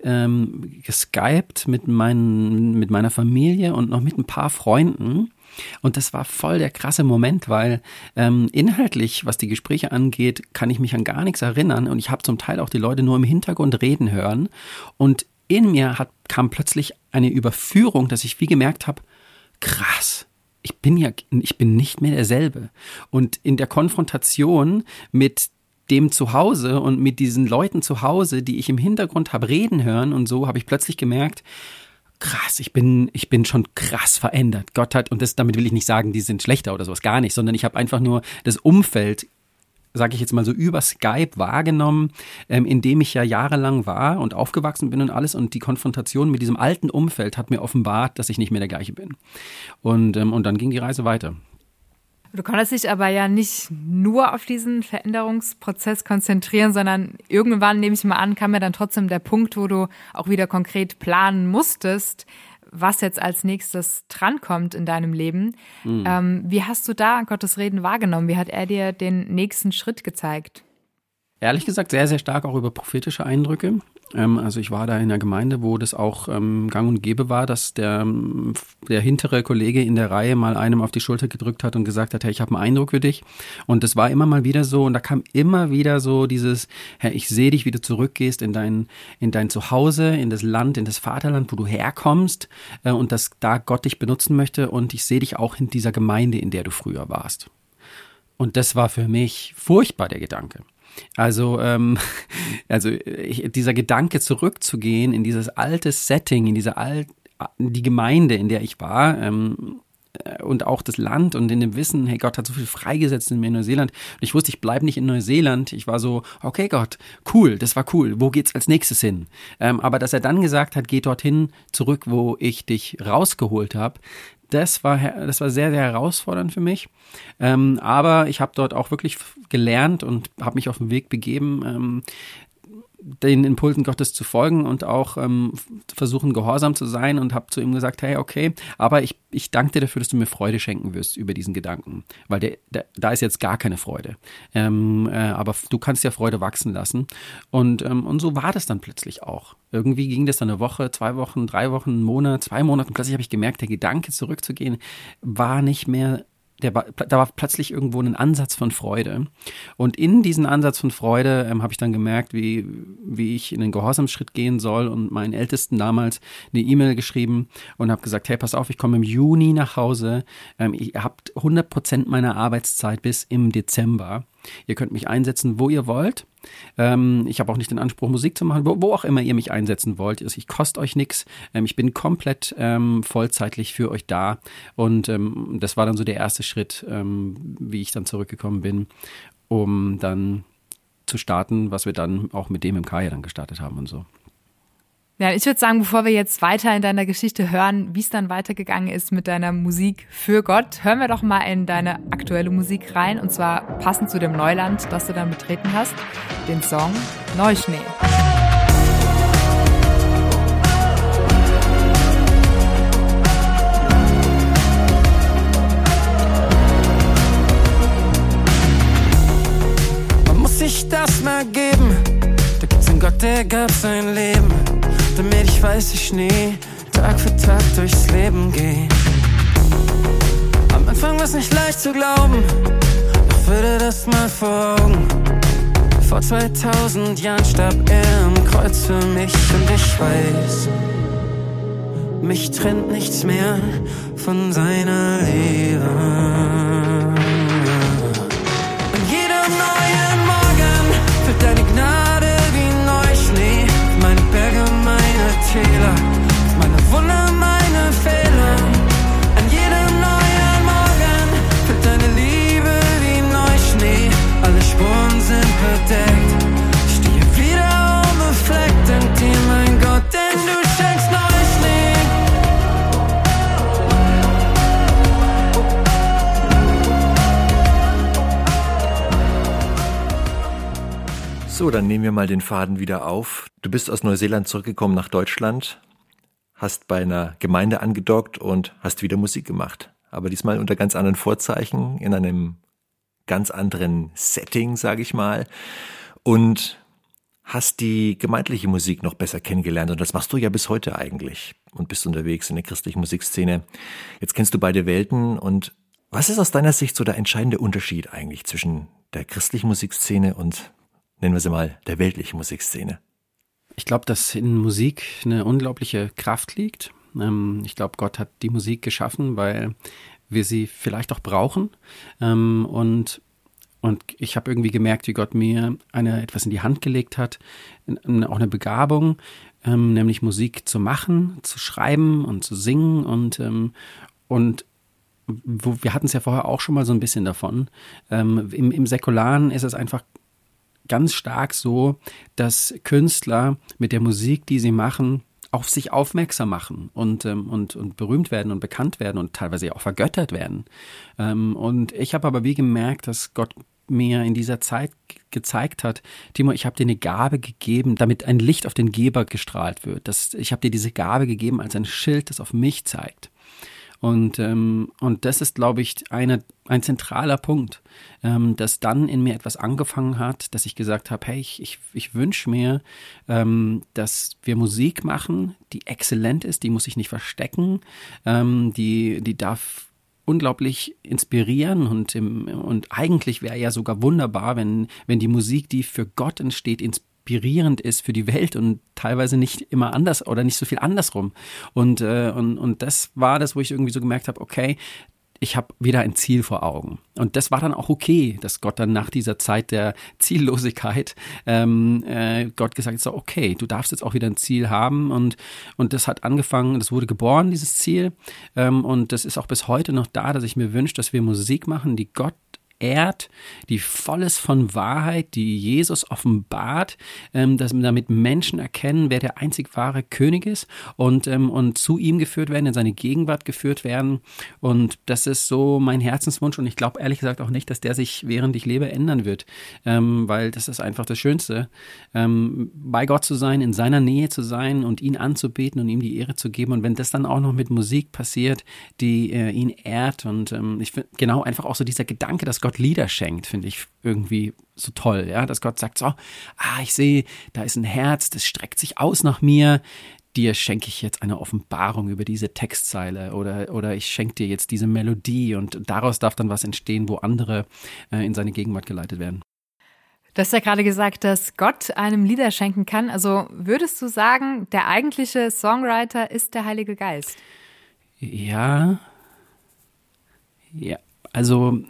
geskypt mit meiner Familie und noch mit ein paar Freunden. Und das war voll der krasse Moment, weil inhaltlich, was die Gespräche angeht, kann ich mich an gar nichts erinnern und ich habe zum Teil auch die Leute nur im Hintergrund reden hören und in mir kam plötzlich eine Überführung, dass ich wie gemerkt habe, krass, ich bin nicht mehr derselbe. Und in der Konfrontation mit dem Zuhause und mit diesen Leuten zu Hause, die ich im Hintergrund habe reden hören und so, habe ich plötzlich gemerkt, krass, ich bin schon krass verändert. Gott hat, und damit will ich nicht sagen, die sind schlechter oder sowas, gar nicht, sondern ich habe einfach nur das Umfeld, sage ich jetzt mal so, über Skype wahrgenommen, in dem ich ja jahrelang war und aufgewachsen bin und alles. Und die Konfrontation mit diesem alten Umfeld hat mir offenbart, dass ich nicht mehr der gleiche bin. Und dann ging die Reise weiter. Du konntest dich aber ja nicht nur auf diesen Veränderungsprozess konzentrieren, sondern irgendwann, nehme ich mal an, kam ja dann trotzdem der Punkt, wo du auch wieder konkret planen musstest, was jetzt als nächstes drankommt in deinem Leben. Wie hast du da Gottes Reden wahrgenommen? Wie hat er dir den nächsten Schritt gezeigt? Ehrlich gesagt sehr, sehr stark auch über prophetische Eindrücke. Also ich war da in einer Gemeinde, wo das auch gang und gäbe war, dass der hintere Kollege in der Reihe mal einem auf die Schulter gedrückt hat und gesagt hat, hey, ich habe einen Eindruck für dich. Und das war immer mal wieder so und da kam immer wieder so dieses, hey, ich sehe dich, wie du zurückgehst in dein Zuhause, in das Land, in das Vaterland, wo du herkommst und dass da Gott dich benutzen möchte und ich sehe dich auch in dieser Gemeinde, in der du früher warst. Und das war für mich furchtbar, der Gedanke. Also dieser Gedanke zurückzugehen in dieses alte Setting, in die Gemeinde, in der ich war und auch das Land und in dem Wissen, hey, Gott hat so viel freigesetzt in mir in Neuseeland. Und ich wusste, ich bleibe nicht in Neuseeland. Ich war so, okay Gott, cool, das war cool. Wo geht's als nächstes hin? Aber dass er dann gesagt hat, geh dorthin zurück, wo ich dich rausgeholt habe, das war sehr, sehr herausfordernd für mich. Aber ich habe dort auch wirklich gelernt und habe mich auf den Weg begeben, den Impulsen Gottes zu folgen und auch versuchen, gehorsam zu sein und habe zu ihm gesagt, hey, okay, aber ich danke dir dafür, dass du mir Freude schenken wirst über diesen Gedanken, weil da ist jetzt gar keine Freude. Aber du kannst ja Freude wachsen lassen. Und so war das dann plötzlich auch. Irgendwie ging das dann eine Woche, 2 Wochen, 3 Wochen, einen Monat, 2 Monate und plötzlich habe ich gemerkt, der Gedanke zurückzugehen war nicht mehr, da war plötzlich irgendwo ein Ansatz von Freude. Und in diesen Ansatz von Freude habe ich dann gemerkt, wie ich in den Gehorsamsschritt gehen soll und meinen Ältesten damals eine E-Mail geschrieben und habe gesagt, hey, pass auf, ich komme im Juni nach Hause. Ihr habt 100% meiner Arbeitszeit bis im Dezember. Ihr könnt mich einsetzen, wo ihr wollt. Ich habe auch nicht den Anspruch, Musik zu machen, wo auch immer ihr mich einsetzen wollt. Ich koste euch nichts. Ich bin komplett vollzeitlich für euch da. Und das war dann so der erste Schritt, wie ich dann zurückgekommen bin, um dann zu starten, was wir dann auch mit dem im Kaya dann gestartet haben und so. Ja, ich würde sagen, bevor wir jetzt weiter in deiner Geschichte hören, wie es dann weitergegangen ist mit deiner Musik für Gott, hören wir doch mal in deine aktuelle Musik rein, und zwar passend zu dem Neuland, das du dann betreten hast, den Song Neuschnee. Man muss sich das mal geben, da gibt's einen Gott, der gab sein Leben, damit ich ich weiß ich nie Tag für Tag durchs Leben geh. Am Anfang war's nicht leicht zu glauben, doch würde das mal vor Augen. Vor 2000 Jahren starb er am Kreuz für mich und ich weiß, mich trennt nichts mehr von seiner Liebe. An jedem neuen Morgen fällt deine Gnade wie Neuschnee. Meine Berge, meine Täler, meine Wunder, meine Fehler. An jedem neuen Morgen fällt deine Liebe wie Neuschnee. Alle Spuren sind bedeckt. Ich stehe wieder unbefleckt, dank dir, mein Gott, denn du schenkst Neuschnee. So, dann nehmen wir mal den Faden wieder auf. Du bist aus Neuseeland zurückgekommen nach Deutschland, hast bei einer Gemeinde angedockt und hast wieder Musik gemacht. Aber diesmal unter ganz anderen Vorzeichen, in einem ganz anderen Setting, sage ich mal. Und hast die gemeindliche Musik noch besser kennengelernt. Und das machst du ja bis heute eigentlich. Und bist unterwegs in der christlichen Musikszene. Jetzt kennst du beide Welten. Und was ist aus deiner Sicht so der entscheidende Unterschied eigentlich zwischen der christlichen Musikszene und, nennen wir sie mal, der weltlichen Musikszene? Ich glaube, dass in Musik eine unglaubliche Kraft liegt. Ich glaube, Gott hat die Musik geschaffen, weil wir sie vielleicht auch brauchen. Und ich habe irgendwie gemerkt, wie Gott mir etwas in die Hand gelegt hat, auch eine Begabung, nämlich Musik zu machen, zu schreiben und zu singen. Und wir hatten es ja vorher auch schon mal so ein bisschen davon. Im Säkularen ist es einfach ganz stark so, dass Künstler mit der Musik, die sie machen, auf sich aufmerksam machen und berühmt werden und bekannt werden und teilweise auch vergöttert werden. Und ich habe aber wie gemerkt, dass Gott mir in dieser Zeit gezeigt hat, Timo, ich habe dir eine Gabe gegeben, damit ein Licht auf den Geber gestrahlt wird. Ich habe dir diese Gabe gegeben als ein Schild, das auf mich zeigt. Und das ist, glaube ich, ein zentraler Punkt, dass dann in mir etwas angefangen hat, dass ich gesagt habe, hey, ich wünsche mir, dass wir Musik machen, die exzellent ist, die muss ich nicht verstecken, die darf unglaublich inspirieren und eigentlich wäre ja sogar wunderbar, wenn die Musik, die für Gott entsteht, inspirierend ist für die Welt und teilweise nicht immer anders oder nicht so viel andersrum. Und das war das, wo ich irgendwie so gemerkt habe, okay, ich habe wieder ein Ziel vor Augen. Und das war dann auch okay, dass Gott dann nach dieser Zeit der Ziellosigkeit Gott gesagt hat, so, okay, du darfst jetzt auch wieder ein Ziel haben. Und das hat angefangen, das wurde geboren, dieses Ziel. Und das ist auch bis heute noch da, dass ich mir wünsche, dass wir Musik machen, die Gott ehrt, die voll ist von Wahrheit, die Jesus offenbart, damit Menschen erkennen, wer der einzig wahre König ist und zu ihm geführt werden, in seine Gegenwart geführt werden. Und das ist so mein Herzenswunsch und ich glaube ehrlich gesagt auch nicht, dass der sich, während ich lebe, ändern wird, weil das ist einfach das Schönste, bei Gott zu sein, in seiner Nähe zu sein und ihn anzubeten und ihm die Ehre zu geben. Und wenn das dann auch noch mit Musik passiert, die ihn ehrt und ich finde genau einfach auch so dieser Gedanke, dass Gott Lieder schenkt, finde ich irgendwie so toll, ja, dass Gott sagt so, ich sehe, da ist ein Herz, das streckt sich aus nach mir, dir schenke ich jetzt eine Offenbarung über diese Textzeile oder ich schenke dir jetzt diese Melodie und daraus darf dann was entstehen, wo andere in seine Gegenwart geleitet werden. Du hast ja gerade gesagt, dass Gott einem Lieder schenken kann, also würdest du sagen, der eigentliche Songwriter ist der Heilige Geist? Ja, also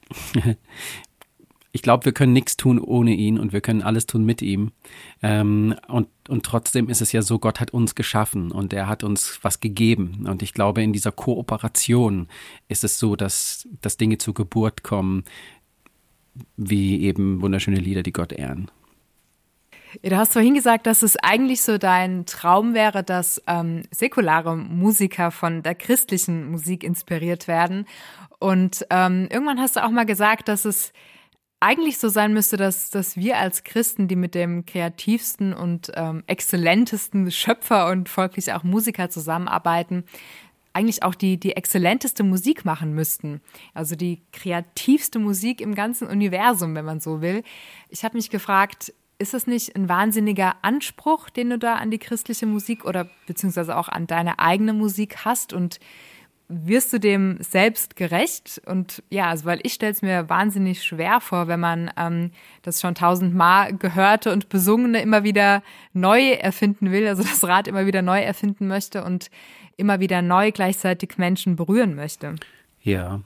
ich glaube, wir können nichts tun ohne ihn und wir können alles tun mit ihm. Und trotzdem ist es ja so, Gott hat uns geschaffen und er hat uns was gegeben. Und ich glaube, in dieser Kooperation ist es so, dass Dinge zur Geburt kommen, wie eben wunderschöne Lieder, die Gott ehren. Du hast vorhin gesagt, dass es eigentlich so dein Traum wäre, dass säkulare Musiker von der christlichen Musik inspiriert werden. Und irgendwann hast du auch mal gesagt, dass es eigentlich so sein müsste, dass wir als Christen, die mit dem kreativsten und exzellentesten Schöpfer und folglich auch Musiker zusammenarbeiten, eigentlich auch die exzellenteste Musik machen müssten. Also die kreativste Musik im ganzen Universum, wenn man so will. Ich habe mich gefragt, ist das nicht ein wahnsinniger Anspruch, den du da an die christliche Musik oder beziehungsweise auch an deine eigene Musik hast? Und wirst du dem selbst gerecht? Und ja, also weil ich stelle es mir wahnsinnig schwer vor, wenn man das schon 1000-mal gehörte und Besungene immer wieder neu erfinden will, also das Rad immer wieder neu erfinden möchte und immer wieder neu gleichzeitig Menschen berühren möchte. Ja,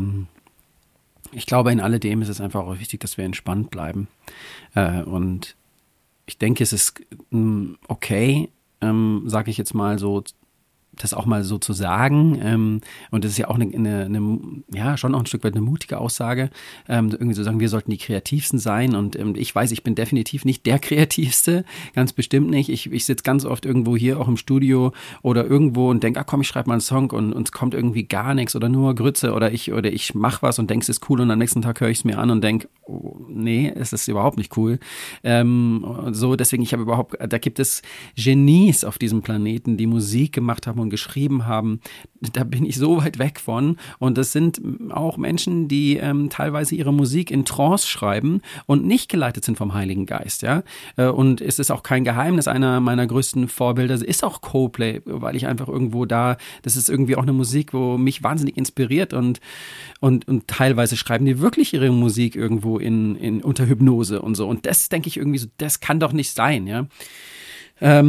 ich glaube, in alledem ist es einfach auch wichtig, dass wir entspannt bleiben. Und ich denke, es ist okay, sage ich jetzt mal so, das auch mal so zu sagen. Und das ist ja auch ja, schon auch ein Stück weit eine mutige Aussage, irgendwie zu sagen, wir sollten die Kreativsten sein. Und ich weiß, ich bin definitiv nicht der Kreativste, ganz bestimmt nicht. Ich sitze ganz oft irgendwo hier auch im Studio oder irgendwo und denke, komm, ich schreibe mal einen Song und es kommt irgendwie gar nichts oder nur Grütze oder ich mache was und denke, es ist cool und am nächsten Tag höre ich es mir an und denke, oh, nee, es ist überhaupt nicht cool. Deswegen, da gibt es Genies auf diesem Planeten, die Musik gemacht haben und geschrieben haben, da bin ich so weit weg von. Und das sind auch Menschen, die teilweise ihre Musik in Trance schreiben und nicht geleitet sind vom Heiligen Geist. Ja? Und es ist auch kein Geheimnis, einer meiner größten Vorbilder ist auch Coldplay, weil ich einfach irgendwo das ist irgendwie auch eine Musik, wo mich wahnsinnig inspiriert und teilweise schreiben die wirklich ihre Musik irgendwo unter Hypnose und so. Und das denke ich irgendwie so, das kann doch nicht sein, ja. Da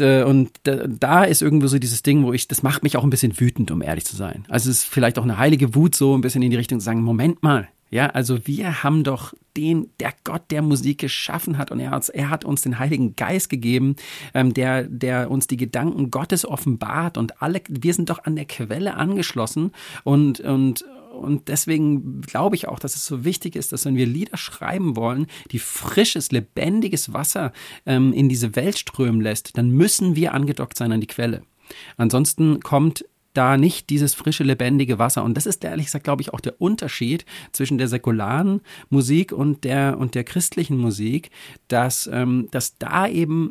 ist irgendwo so dieses Ding, das macht mich auch ein bisschen wütend, um ehrlich zu sein. Also es ist vielleicht auch eine heilige Wut, so ein bisschen in die Richtung zu sagen, Moment mal, ja, also wir haben doch der Gott, der Musik geschaffen hat und er hat uns den Heiligen Geist gegeben, der uns die Gedanken Gottes offenbart und wir sind doch an der Quelle angeschlossen und deswegen glaube ich auch, dass es so wichtig ist, dass wenn wir Lieder schreiben wollen, die frisches, lebendiges Wasser in diese Welt strömen lässt, dann müssen wir angedockt sein an die Quelle. Ansonsten kommt da nicht dieses frische, lebendige Wasser. Und das ist ehrlich gesagt, glaube ich, auch der Unterschied zwischen der säkularen Musik und der christlichen Musik, dass da eben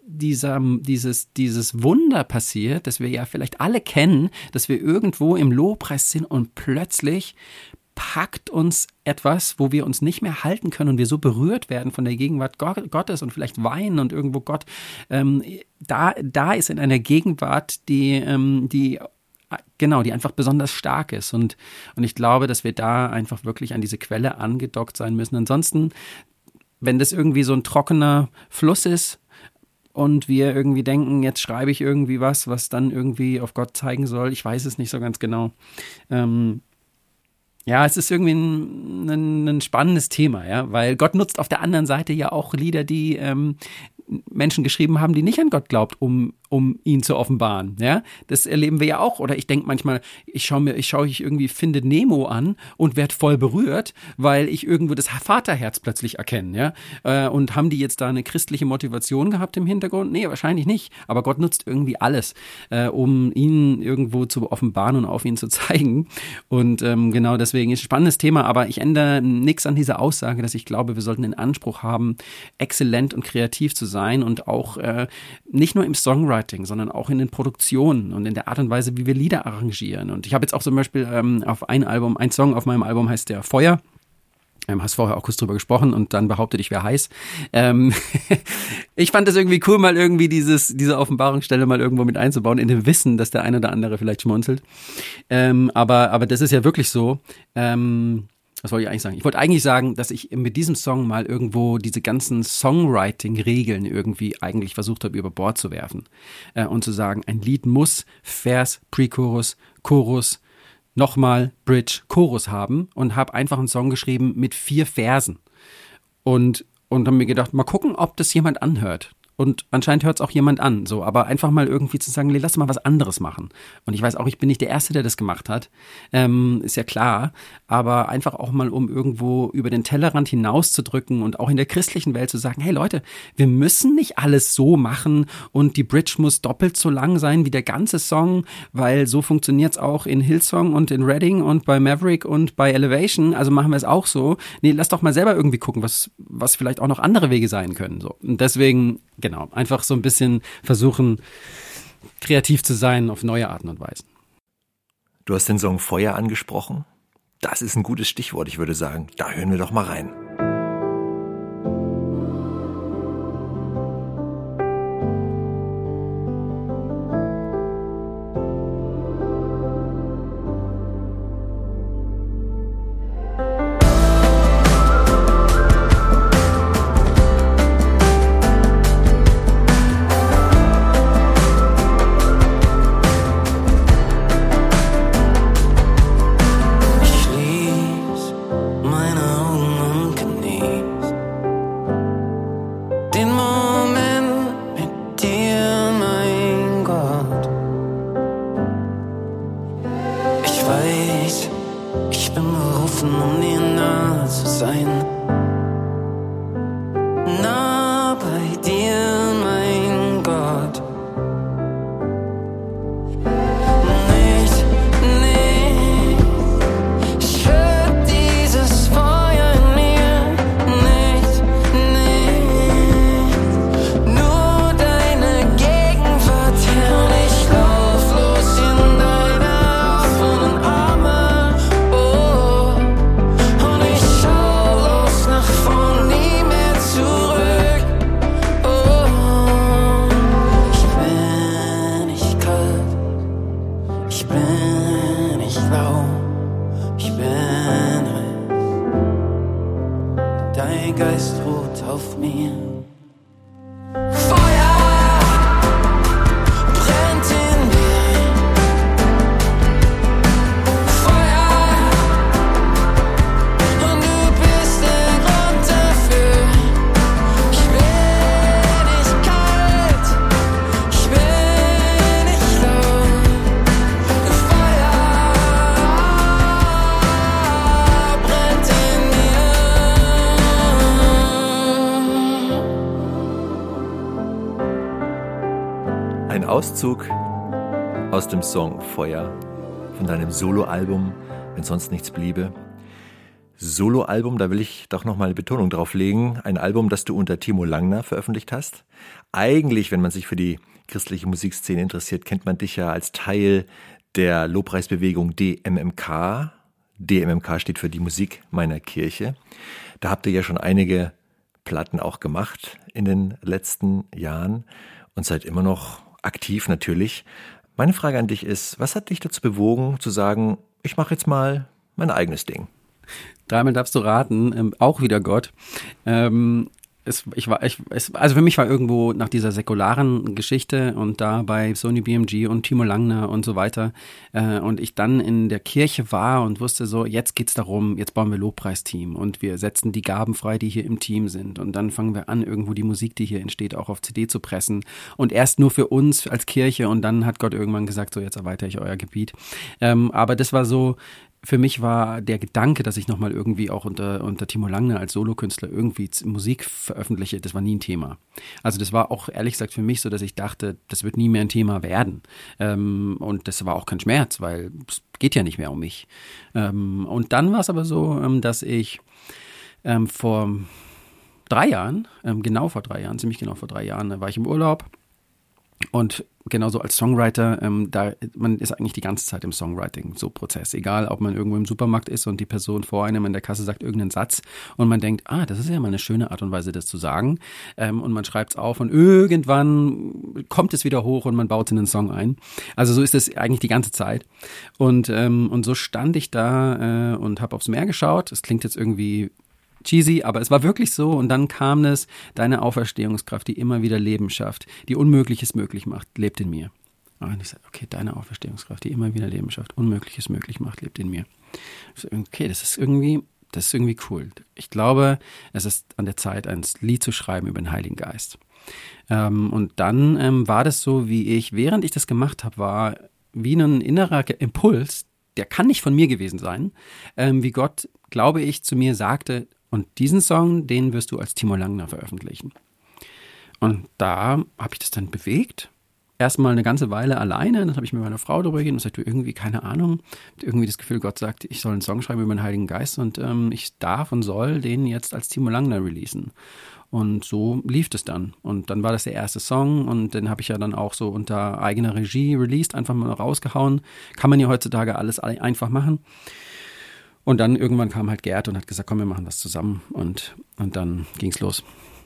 dieses Wunder passiert, das wir ja vielleicht alle kennen, dass wir irgendwo im Lobpreis sind und plötzlich packt uns etwas, wo wir uns nicht mehr halten können und wir so berührt werden von der Gegenwart Gottes und vielleicht weinen und irgendwo Gott, da ist in einer Gegenwart, die einfach besonders stark ist und ich glaube, dass wir da einfach wirklich an diese Quelle angedockt sein müssen. Ansonsten, wenn das irgendwie so ein trockener Fluss ist, und wir irgendwie denken, jetzt schreibe ich irgendwie was dann irgendwie auf Gott zeigen soll. Ich weiß es nicht so ganz genau. Es ist irgendwie ein spannendes Thema, ja, weil Gott nutzt auf der anderen Seite ja auch Lieder, die Menschen geschrieben haben, die nicht an Gott glaubt, um ihn zu offenbaren, ja. Das erleben wir ja auch. Oder ich denke manchmal, ich schaue irgendwie Findet Nemo an und werde voll berührt, weil ich irgendwo das Vaterherz plötzlich erkenne, ja. Und haben die jetzt da eine christliche Motivation gehabt im Hintergrund? Nee, wahrscheinlich nicht. Aber Gott nutzt irgendwie alles, um ihn irgendwo zu offenbaren und auf ihn zu zeigen. Und genau deswegen ist es ein spannendes Thema. Aber ich ändere nichts an dieser Aussage, dass ich glaube, wir sollten den Anspruch haben, exzellent und kreativ zu sein und auch nicht nur im Songwriting, sondern auch in den Produktionen und in der Art und Weise, wie wir Lieder arrangieren. Und ich habe jetzt auch zum Beispiel auf ein Song auf meinem Album heißt der Feuer. Hast vorher auch kurz drüber gesprochen und dann behauptet, ich wäre heiß. Ich fand es irgendwie cool, mal irgendwie diese Offenbarungsstelle mal irgendwo mit einzubauen, in dem Wissen, dass der eine oder andere vielleicht schmunzelt. Aber das ist ja wirklich so. Was wollte ich eigentlich sagen? Ich wollte eigentlich sagen, dass ich mit diesem Song mal irgendwo diese ganzen Songwriting-Regeln irgendwie eigentlich versucht habe, über Bord zu werfen. Und zu sagen, ein Lied muss Vers, Pre-Chorus, Chorus, nochmal Bridge, Chorus haben und habe einfach einen Song geschrieben mit 4 Versen. Und habe mir gedacht, mal gucken, ob das jemand anhört. Und anscheinend hört es auch jemand an, so, aber einfach mal irgendwie zu sagen, lass mal was anderes machen. Und ich weiß auch, ich bin nicht der Erste, der das gemacht hat, ist ja klar, aber einfach auch mal, um irgendwo über den Tellerrand hinauszudrücken und auch in der christlichen Welt zu sagen, hey Leute, wir müssen nicht alles so machen und die Bridge muss doppelt so lang sein wie der ganze Song, weil so funktioniert es auch in Hillsong und in Reading und bei Maverick und bei Elevation, also machen wir es auch so. Nee, lass doch mal selber irgendwie gucken, was vielleicht auch noch andere Wege sein können, so. Und deswegen, genau, einfach so ein bisschen versuchen, kreativ zu sein auf neue Arten und Weisen. Du hast den Song Feuer angesprochen. Das ist ein gutes Stichwort, ich würde sagen. Da hören wir doch mal rein. laufen, um dir nahe zu sein. Nah bei dir, mein Gott. Nicht, ich spür dieses Feuer in mir. Nicht, nur deine Gegenwart, Herr. Und ich lauf los in deine offenen Arme. Oh, und ich schau los nach vorn, nie mehr zurück. Oh, ich bin nicht kalt, ich bin nicht lau, ich bin heiß. Dein Geist ruht auf mir. Feuer brennt in mir. Feuer, und du bist der Grund dafür. Ich bin nicht kalt, ich bin nicht laut. Feuer brennt in mir. Ein Auszug aus dem Song Feuer von deinem Soloalbum Wenn sonst nichts bliebe. Soloalbum, da will ich doch nochmal eine Betonung drauf legen. Ein Album, das du unter Timo Langner veröffentlicht hast. Eigentlich, wenn man sich für die christliche Musikszene interessiert, kennt man dich ja als Teil der Lobpreisbewegung DMMK. DMMK steht für die Musik meiner Kirche. Da habt ihr ja schon einige Platten auch gemacht in den letzten Jahren und seid immer noch aktiv natürlich. Meine Frage an dich ist, was hat dich dazu bewogen zu sagen, ich mache jetzt mal mein eigenes Ding? Dreimal darfst du raten, auch wieder Gott. Also für mich war irgendwo nach dieser säkularen Geschichte und da bei Sony BMG und Timo Langner und so weiter und ich dann in der Kirche war und wusste so, jetzt geht's darum, jetzt bauen wir Lobpreisteam und wir setzen die Gaben frei, die hier im Team sind und dann fangen wir an, irgendwo die Musik, die hier entsteht, auch auf CD zu pressen und erst nur für uns als Kirche und dann hat Gott irgendwann gesagt, so jetzt erweitere ich euer Gebiet. Aber das war so, für mich war der Gedanke, dass ich nochmal irgendwie auch unter Timo Langner als Solokünstler irgendwie Musik veröffentliche, das war nie ein Thema. Also das war auch ehrlich gesagt für mich so, dass ich dachte, das wird nie mehr ein Thema werden. Und das war auch kein Schmerz, weil es geht ja nicht mehr um mich. Und dann war es aber so, dass ich vor 3 Jahren, ziemlich genau vor 3 Jahren, war ich im Urlaub. Und genauso als Songwriter, man ist eigentlich die ganze Zeit im Songwriting, so Prozess. Egal, ob man irgendwo im Supermarkt ist und die Person vor einem in der Kasse sagt irgendeinen Satz und man denkt, das ist ja mal eine schöne Art und Weise, das zu sagen. Und man schreibt es auf und irgendwann kommt es wieder hoch und man baut in einen Song ein. Also so ist es eigentlich die ganze Zeit. Und so stand ich da und habe aufs Meer geschaut. Es klingt jetzt irgendwie cheesy, aber es war wirklich so und dann kam es, deine Auferstehungskraft, die immer wieder Leben schafft, die Unmögliches möglich macht, lebt in mir. Und ich sage, okay, deine Auferstehungskraft, die immer wieder Leben schafft, Unmögliches möglich macht, lebt in mir. Okay, das ist irgendwie cool. Ich glaube, es ist an der Zeit, ein Lied zu schreiben über den Heiligen Geist. Und dann war das so, während ich das gemacht habe, war wie ein innerer Impuls, der kann nicht von mir gewesen sein, wie Gott, glaube ich, zu mir sagte, und diesen Song, den wirst du als Timo Langner veröffentlichen. Und da habe ich das dann bewegt. Erstmal eine ganze Weile alleine, dann habe ich mit meiner Frau darüber geredet und sagte, irgendwie, keine Ahnung, irgendwie das Gefühl, Gott sagt, ich soll einen Song schreiben über den Heiligen Geist und ich darf und soll den jetzt als Timo Langner releasen. Und so lief das dann. Und dann war das der erste Song und den habe ich ja dann auch so unter eigener Regie released, einfach mal rausgehauen. Kann man ja heutzutage alles einfach machen. Und dann irgendwann kam halt Gerd und hat gesagt, komm, wir machen was zusammen. Und dann ging's los.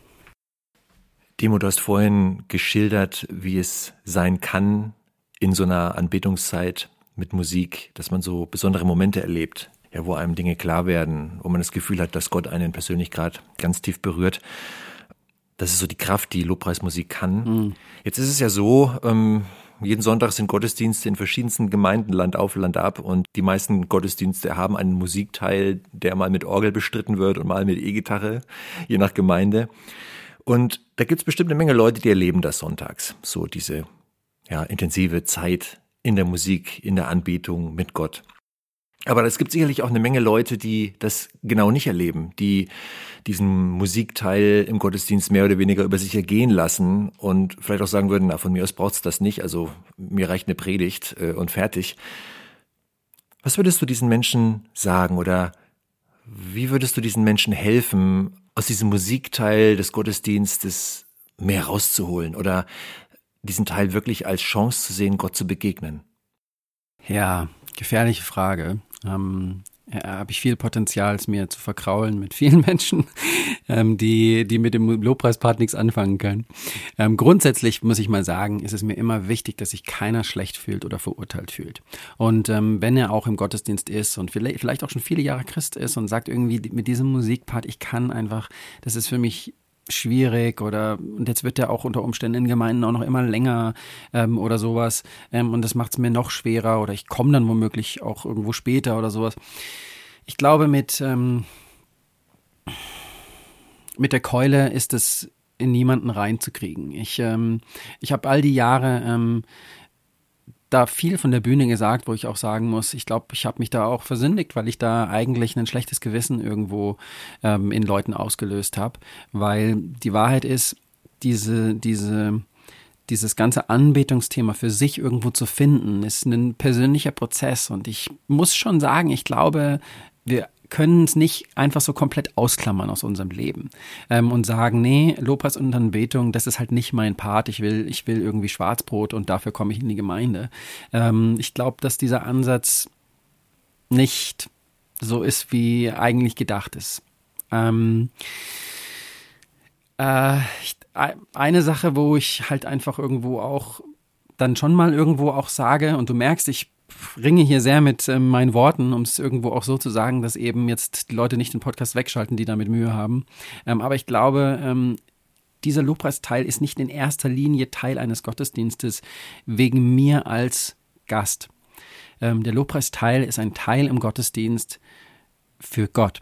Timo, du hast vorhin geschildert, wie es sein kann in so einer Anbetungszeit mit Musik, dass man so besondere Momente erlebt, ja, wo einem Dinge klar werden, wo man das Gefühl hat, dass Gott einen persönlich gerade ganz tief berührt. Das ist so die Kraft, die Lobpreismusik kann. Mhm. Jetzt ist es ja so, jeden Sonntag sind Gottesdienste in verschiedensten Gemeinden, Land auf, Land ab. Und die meisten Gottesdienste haben einen Musikteil, der mal mit Orgel bestritten wird und mal mit E-Gitarre, je nach Gemeinde. Und da gibt es bestimmt eine Menge Leute, die erleben das sonntags. So diese intensive Zeit in der Musik, in der Anbetung mit Gott. Aber es gibt sicherlich auch eine Menge Leute, die das genau nicht erleben, die diesen Musikteil im Gottesdienst mehr oder weniger über sich ergehen lassen und vielleicht auch sagen würden, na, von mir aus braucht's das nicht, also mir reicht eine Predigt und fertig. Was würdest du diesen Menschen sagen oder wie würdest du diesen Menschen helfen, aus diesem Musikteil des Gottesdienstes mehr rauszuholen oder diesen Teil wirklich als Chance zu sehen, Gott zu begegnen? Ja, gefährliche Frage. Habe ich viel Potenzial, es mir zu verkraulen mit vielen Menschen, die mit dem Lobpreispart nichts anfangen können. Grundsätzlich muss ich mal sagen, ist es mir immer wichtig, dass sich keiner schlecht fühlt oder verurteilt fühlt. Und wenn er auch im Gottesdienst ist und vielleicht auch schon viele Jahre Christ ist und sagt irgendwie mit diesem Musikpart, ich kann einfach, das ist für mich schwierig und jetzt wird der auch unter Umständen in Gemeinden auch noch immer länger oder sowas und das macht es mir noch schwerer oder ich komme dann womöglich auch irgendwo später oder sowas. Ich glaube, mit der Keule ist es in niemanden reinzukriegen. Ich habe all die Jahre da viel von der Bühne gesagt, wo ich auch sagen muss, ich glaube, ich habe mich da auch versündigt, weil ich da eigentlich ein schlechtes Gewissen irgendwo in Leuten ausgelöst habe, weil die Wahrheit ist, dieses ganze Anbetungsthema für sich irgendwo zu finden, ist ein persönlicher Prozess und ich muss schon sagen, ich glaube, wir können es nicht einfach so komplett ausklammern aus unserem Leben und sagen, nee, Lobpreis und Anbetung, das ist halt nicht mein Part, ich will irgendwie Schwarzbrot und dafür komme ich in die Gemeinde. Ich glaube, dass dieser Ansatz nicht so ist, wie eigentlich gedacht ist. Eine Sache, wo ich halt einfach irgendwo auch dann schon mal irgendwo auch sage, und du merkst, ich ringe hier sehr mit meinen Worten, um es irgendwo auch so zu sagen, dass eben jetzt die Leute nicht den Podcast wegschalten, die damit Mühe haben. Aber ich glaube, dieser Lobpreisteil ist nicht in erster Linie Teil eines Gottesdienstes wegen mir als Gast. Der Lobpreisteil ist ein Teil im Gottesdienst für Gott.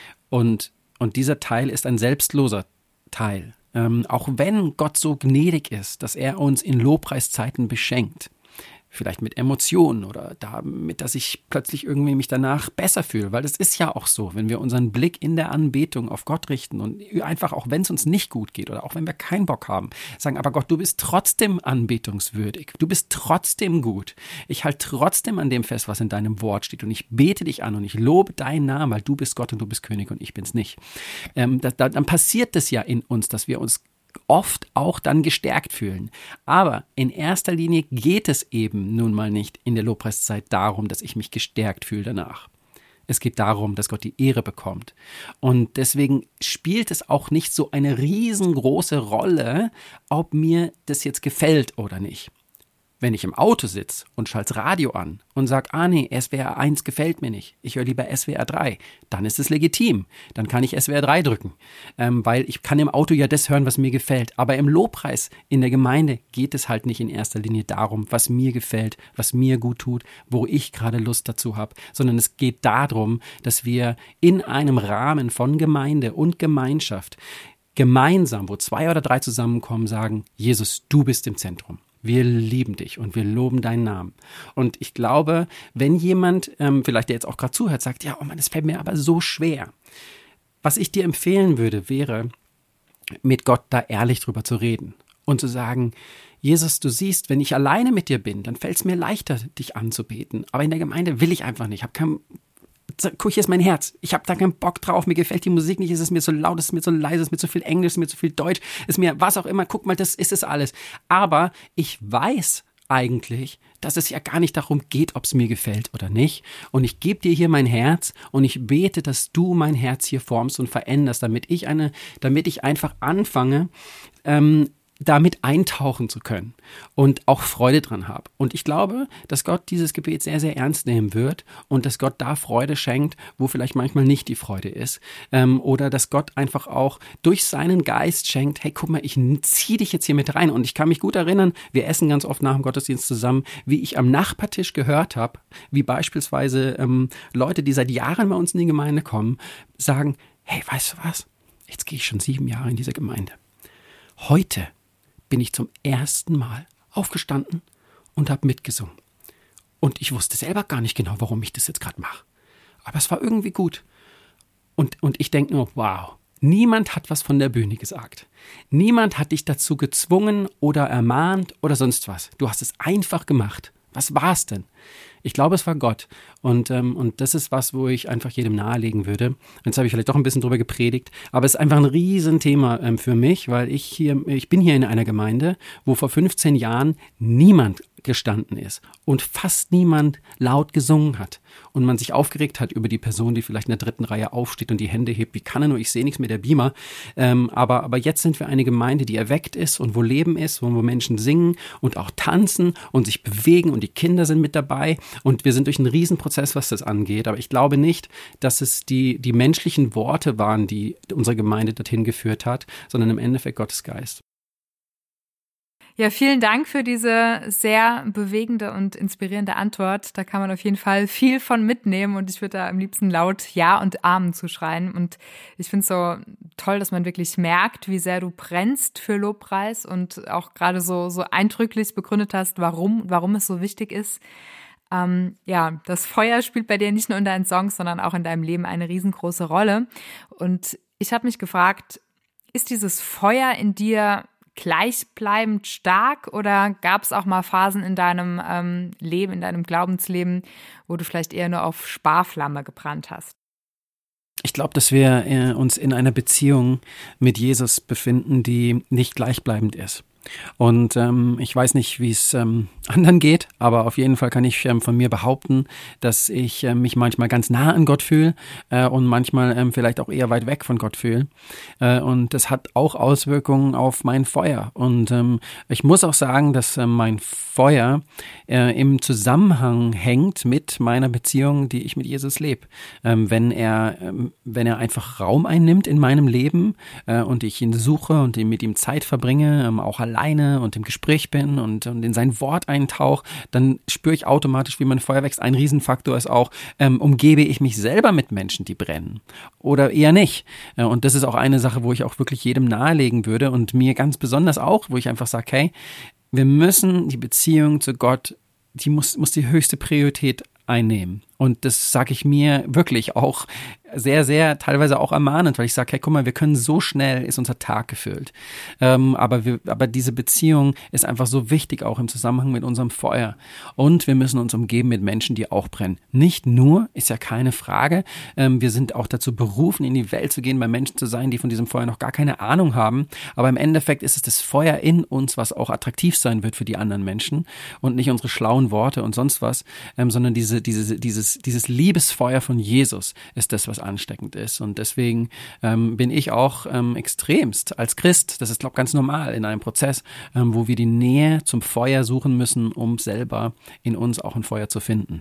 Und dieser Teil ist ein selbstloser Teil. Auch wenn Gott so gnädig ist, dass er uns in Lobpreiszeiten beschenkt, vielleicht mit Emotionen oder damit, dass ich plötzlich irgendwie mich danach besser fühle, weil das ist ja auch so, wenn wir unseren Blick in der Anbetung auf Gott richten und einfach, auch wenn es uns nicht gut geht oder auch wenn wir keinen Bock haben, sagen, aber Gott, du bist trotzdem anbetungswürdig, du bist trotzdem gut, ich halte trotzdem an dem fest, was in deinem Wort steht und ich bete dich an und ich lobe deinen Namen, weil du bist Gott und du bist König und ich bin's nicht. Dann passiert das ja in uns, dass wir uns oft auch dann gestärkt fühlen. Aber in erster Linie geht es eben nun mal nicht in der Lobpreiszeit darum, dass ich mich gestärkt fühle danach. Es geht darum, dass Gott die Ehre bekommt. Und deswegen spielt es auch nicht so eine riesengroße Rolle, ob mir das jetzt gefällt oder nicht. Wenn ich im Auto sitze und schalte das Radio an und sage, nee, SWR 1 gefällt mir nicht, ich höre lieber SWR 3, dann ist es legitim. Dann kann ich SWR 3 drücken, weil ich kann im Auto ja das hören, was mir gefällt. Aber im Lobpreis in der Gemeinde geht es halt nicht in erster Linie darum, was mir gefällt, was mir gut tut, wo ich gerade Lust dazu habe, sondern es geht darum, dass wir in einem Rahmen von Gemeinde und Gemeinschaft gemeinsam, wo 2 oder 3 zusammenkommen, sagen, Jesus, du bist im Zentrum. Wir lieben dich und wir loben deinen Namen. Und ich glaube, wenn jemand, vielleicht der jetzt auch gerade zuhört, sagt, ja, oh Mann, das fällt mir aber so schwer. Was ich dir empfehlen würde, wäre, mit Gott da ehrlich drüber zu reden und zu sagen, Jesus, du siehst, wenn ich alleine mit dir bin, dann fällt es mir leichter, dich anzubeten. Aber in der Gemeinde will ich einfach nicht. Guck, hier ist mein Herz. Ich habe da keinen Bock drauf. Mir gefällt die Musik nicht. Es ist mir so laut, es ist mir so leise, es ist mir zu viel Englisch, es ist mir zu viel Deutsch, es ist mir was auch immer. Guck mal, das ist es alles. Aber ich weiß eigentlich, dass es ja gar nicht darum geht, ob es mir gefällt oder nicht. Und ich gebe dir hier mein Herz und ich bete, dass du mein Herz hier formst und veränderst, damit ich einfach anfange, damit eintauchen zu können und auch Freude dran habe. Und ich glaube, dass Gott dieses Gebet sehr, sehr ernst nehmen wird und dass Gott da Freude schenkt, wo vielleicht manchmal nicht die Freude ist. Oder dass Gott einfach auch durch seinen Geist schenkt, hey, guck mal, ich ziehe dich jetzt hier mit rein. Und ich kann mich gut erinnern, wir essen ganz oft nach dem Gottesdienst zusammen, wie ich am Nachbartisch gehört habe, wie beispielsweise Leute, die seit Jahren bei uns in die Gemeinde kommen, sagen, hey, weißt du was? Jetzt gehe ich schon 7 Jahre in diese Gemeinde. Heute bin ich zum ersten Mal aufgestanden und habe mitgesungen. Und ich wusste selber gar nicht genau, warum ich das jetzt gerade mache. Aber es war irgendwie gut. Und ich denke nur, wow, niemand hat was von der Bühne gesagt. Niemand hat dich dazu gezwungen oder ermahnt oder sonst was. Du hast es einfach gemacht. Was war es denn? Ich glaube, es war Gott. Und das ist was, wo ich einfach jedem nahelegen würde. Jetzt habe ich vielleicht doch ein bisschen drüber gepredigt, aber es ist einfach ein Riesenthema für mich, weil ich bin hier in einer Gemeinde, wo vor 15 Jahren niemand gestanden ist und fast niemand laut gesungen hat und man sich aufgeregt hat über die Person, die vielleicht in der 3. Reihe aufsteht und die Hände hebt. Wie kann er nur? Ich sehe nichts mit der Beamer. Aber jetzt sind wir eine Gemeinde, die erweckt ist und wo Leben ist, wo Menschen singen und auch tanzen und sich bewegen und die Kinder sind mit dabei und wir sind durch einen Riesenprozess, was das angeht. Aber ich glaube nicht, dass es die menschlichen Worte waren, die unsere Gemeinde dorthin geführt hat, sondern im Endeffekt Gottes Geist. Ja, vielen Dank für diese sehr bewegende und inspirierende Antwort. Da kann man auf jeden Fall viel von mitnehmen und ich würde da am liebsten laut Ja und Amen zuschreien. Und ich finde es so toll, dass man wirklich merkt, wie sehr du brennst für Lobpreis und auch gerade so eindrücklich begründet hast, warum es so wichtig ist. Das Feuer spielt bei dir nicht nur in deinen Songs, sondern auch in deinem Leben eine riesengroße Rolle. Und ich habe mich gefragt, ist dieses Feuer in dir gleichbleibend stark oder gab es auch mal Phasen in deinem Leben, in deinem Glaubensleben, wo du vielleicht eher nur auf Sparflamme gebrannt hast? Ich glaube, dass wir uns in einer Beziehung mit Jesus befinden, die nicht gleichbleibend ist. Und ich weiß nicht, wie es anderen geht, aber auf jeden Fall kann ich von mir behaupten, dass ich mich manchmal ganz nah an Gott fühle und manchmal vielleicht auch eher weit weg von Gott fühle. Und das hat auch Auswirkungen auf mein Feuer. Und ich muss auch sagen, dass mein Feuer im Zusammenhang hängt mit meiner Beziehung, die ich mit Jesus lebe. Wenn er einfach Raum einnimmt in meinem Leben und ich ihn suche und mit ihm Zeit verbringe, auch alleine und im Gespräch bin und in sein Wort eintauche, dann spüre ich automatisch, wie mein Feuer wächst. Ein Riesenfaktor ist auch, umgebe ich mich selber mit Menschen, die brennen oder eher nicht. Und das ist auch eine Sache, wo ich auch wirklich jedem nahelegen würde und mir ganz besonders auch, wo ich einfach sage, hey, wir müssen die Beziehung zu Gott, die muss die höchste Priorität einnehmen. Und das sage ich mir wirklich auch sehr, sehr teilweise auch ermahnend, weil ich sage, hey, guck mal, wir können so schnell, ist unser Tag gefüllt. Aber diese Beziehung ist einfach so wichtig, auch im Zusammenhang mit unserem Feuer. Und wir müssen uns umgeben mit Menschen, die auch brennen. Nicht nur, ist ja keine Frage, wir sind auch dazu berufen, in die Welt zu gehen, bei Menschen zu sein, die von diesem Feuer noch gar keine Ahnung haben. Aber im Endeffekt ist es das Feuer in uns, was auch attraktiv sein wird für die anderen Menschen und nicht unsere schlauen Worte und sonst was, sondern dieses Liebesfeuer von Jesus ist das, was ansteckend ist. Und deswegen bin ich auch extremst als Christ, das ist, glaube ich, ganz normal in einem Prozess, wo wir die Nähe zum Feuer suchen müssen, um selber in uns auch ein Feuer zu finden.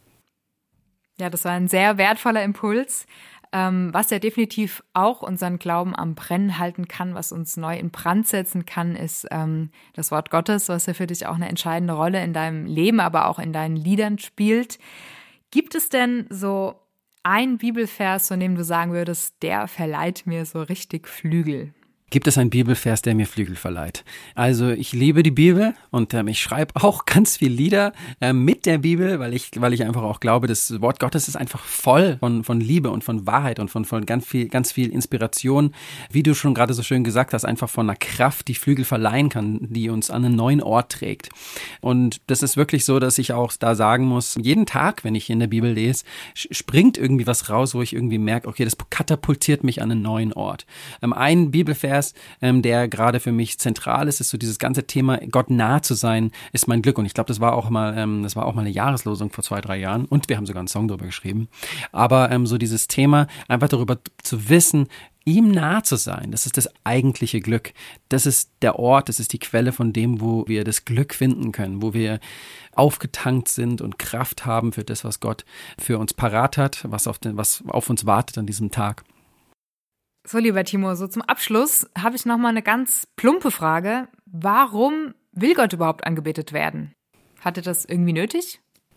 Ja, das war ein sehr wertvoller Impuls, was ja definitiv auch unseren Glauben am Brennen halten kann, was uns neu in Brand setzen kann, ist das Wort Gottes, was ja für dich auch eine entscheidende Rolle in deinem Leben, aber auch in deinen Liedern spielt. Gibt es denn so einen Bibelvers, von dem du sagen würdest, der verleiht mir so richtig Flügel? Gibt es einen Bibelvers, der mir Flügel verleiht? Also ich liebe die Bibel und ich schreibe auch ganz viel Lieder mit der Bibel, weil ich einfach auch glaube, das Wort Gottes ist einfach voll von Liebe und von Wahrheit und von ganz viel Inspiration. Wie du schon gerade so schön gesagt hast, einfach von einer Kraft, die Flügel verleihen kann, die uns an einen neuen Ort trägt. Und das ist wirklich so, dass ich auch da sagen muss, jeden Tag, wenn ich in der Bibel lese, springt irgendwie was raus, wo ich irgendwie merke, okay, das katapultiert mich an einen neuen Ort. Ein Bibelvers, der gerade für mich zentral ist so dieses ganze Thema, Gott nah zu sein, ist mein Glück. Und ich glaube, das war auch mal eine Jahreslosung vor 2-3 Jahren und wir haben sogar einen Song darüber geschrieben. Aber so dieses Thema, einfach darüber zu wissen, ihm nah zu sein, das ist das eigentliche Glück. Das ist der Ort, das ist die Quelle von dem, wo wir das Glück finden können, wo wir aufgetankt sind und Kraft haben für das, was Gott für uns parat hat, was auf uns wartet an diesem Tag. So, lieber Timo, so zum Abschluss habe ich nochmal eine ganz plumpe Frage. Warum will Gott überhaupt angebetet werden? Hat er das irgendwie nötig?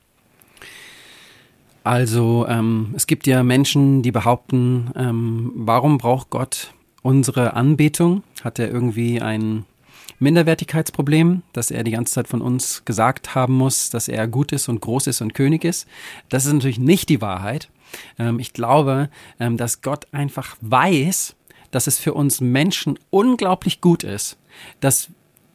Also es gibt ja Menschen, die behaupten, warum braucht Gott unsere Anbetung? Hat er irgendwie ein Minderwertigkeitsproblem, dass er die ganze Zeit von uns gesagt haben muss, dass er gut ist und groß ist und König ist. Das ist natürlich nicht die Wahrheit. Ich glaube, dass Gott einfach weiß, dass es für uns Menschen unglaublich gut ist, dass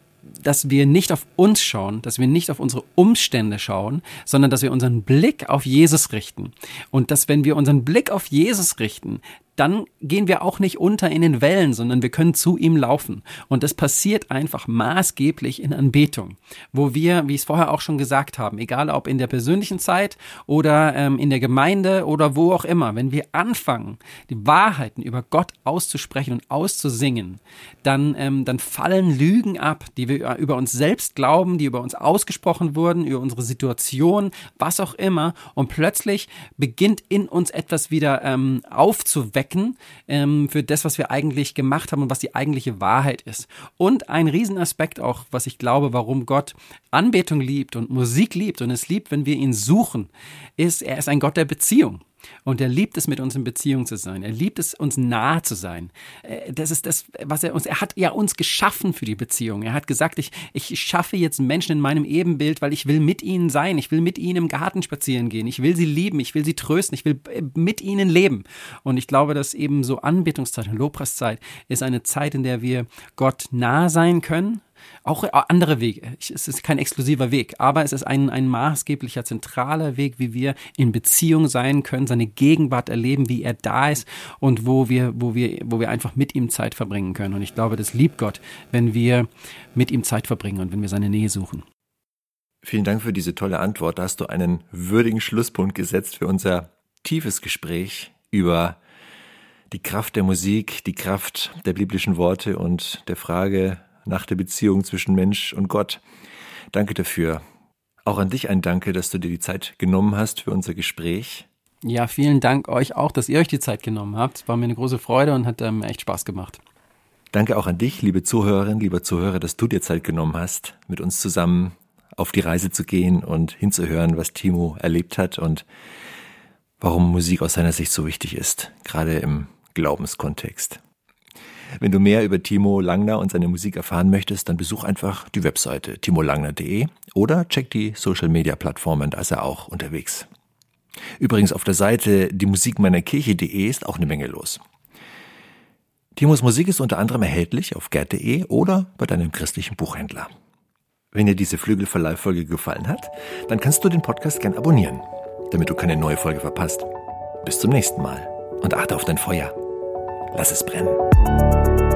wir nicht auf uns schauen, dass wir nicht auf unsere Umstände schauen, sondern dass wir unseren Blick auf Jesus richten. Und dass, wenn wir unseren Blick auf Jesus richten, dann gehen wir auch nicht unter in den Wellen, sondern wir können zu ihm laufen. Und das passiert einfach maßgeblich in Anbetung, wo wir, wie ich es vorher auch schon gesagt haben, egal ob in der persönlichen Zeit oder in der Gemeinde oder wo auch immer, wenn wir anfangen, die Wahrheiten über Gott auszusprechen und auszusingen, dann fallen Lügen ab, die wir über uns selbst glauben, die über uns ausgesprochen wurden, über unsere Situation, was auch immer. Und plötzlich beginnt in uns etwas wieder aufzuwecken, für das, was wir eigentlich gemacht haben und was die eigentliche Wahrheit ist. Und ein Riesenaspekt auch, was ich glaube, warum Gott Anbetung liebt und Musik liebt und es liebt, wenn wir ihn suchen, ist, er ist ein Gott der Beziehung. Und er liebt es, mit uns in Beziehung zu sein. Er liebt es, uns nahe zu sein. Das ist das, was er hat ja uns geschaffen für die Beziehung. Er hat gesagt, ich schaffe jetzt Menschen in meinem Ebenbild, weil ich will mit ihnen sein. Ich will mit ihnen im Garten spazieren gehen. Ich will sie lieben. Ich will sie trösten. Ich will mit ihnen leben. Und ich glaube, dass eben so Anbetungszeit und Lobpreiszeit ist eine Zeit, in der wir Gott nah sein können. Auch andere Wege. Es ist kein exklusiver Weg, aber es ist ein maßgeblicher, zentraler Weg, wie wir in Beziehung sein können, seine Gegenwart erleben, wie er da ist und wo wir einfach mit ihm Zeit verbringen können. Und ich glaube, das liebt Gott, wenn wir mit ihm Zeit verbringen und wenn wir seine Nähe suchen. Vielen Dank für diese tolle Antwort. Da hast du einen würdigen Schlusspunkt gesetzt für unser tiefes Gespräch über die Kraft der Musik, die Kraft der biblischen Worte und der Frage nach der Beziehung zwischen Mensch und Gott. Danke dafür. Auch an dich ein Danke, dass du dir die Zeit genommen hast für unser Gespräch. Ja, vielen Dank euch auch, dass ihr euch die Zeit genommen habt. Es war mir eine große Freude und hat echt Spaß gemacht. Danke auch an dich, liebe Zuhörerin, lieber Zuhörer, dass du dir Zeit genommen hast, mit uns zusammen auf die Reise zu gehen und hinzuhören, was Timo erlebt hat und warum Musik aus seiner Sicht so wichtig ist, gerade im Glaubenskontext. Wenn du mehr über Timo Langner und seine Musik erfahren möchtest, dann besuch einfach die Webseite timolangner.de oder check die Social-Media-Plattformen, da ist er auch unterwegs. Übrigens auf der Seite diemusikmeinerkirche.de ist auch eine Menge los. Timos Musik ist unter anderem erhältlich auf gerd.de oder bei deinem christlichen Buchhändler. Wenn dir diese Flügelverleih-Folge gefallen hat, dann kannst du den Podcast gern abonnieren, damit du keine neue Folge verpasst. Bis zum nächsten Mal und achte auf dein Feuer. Lass es brennen.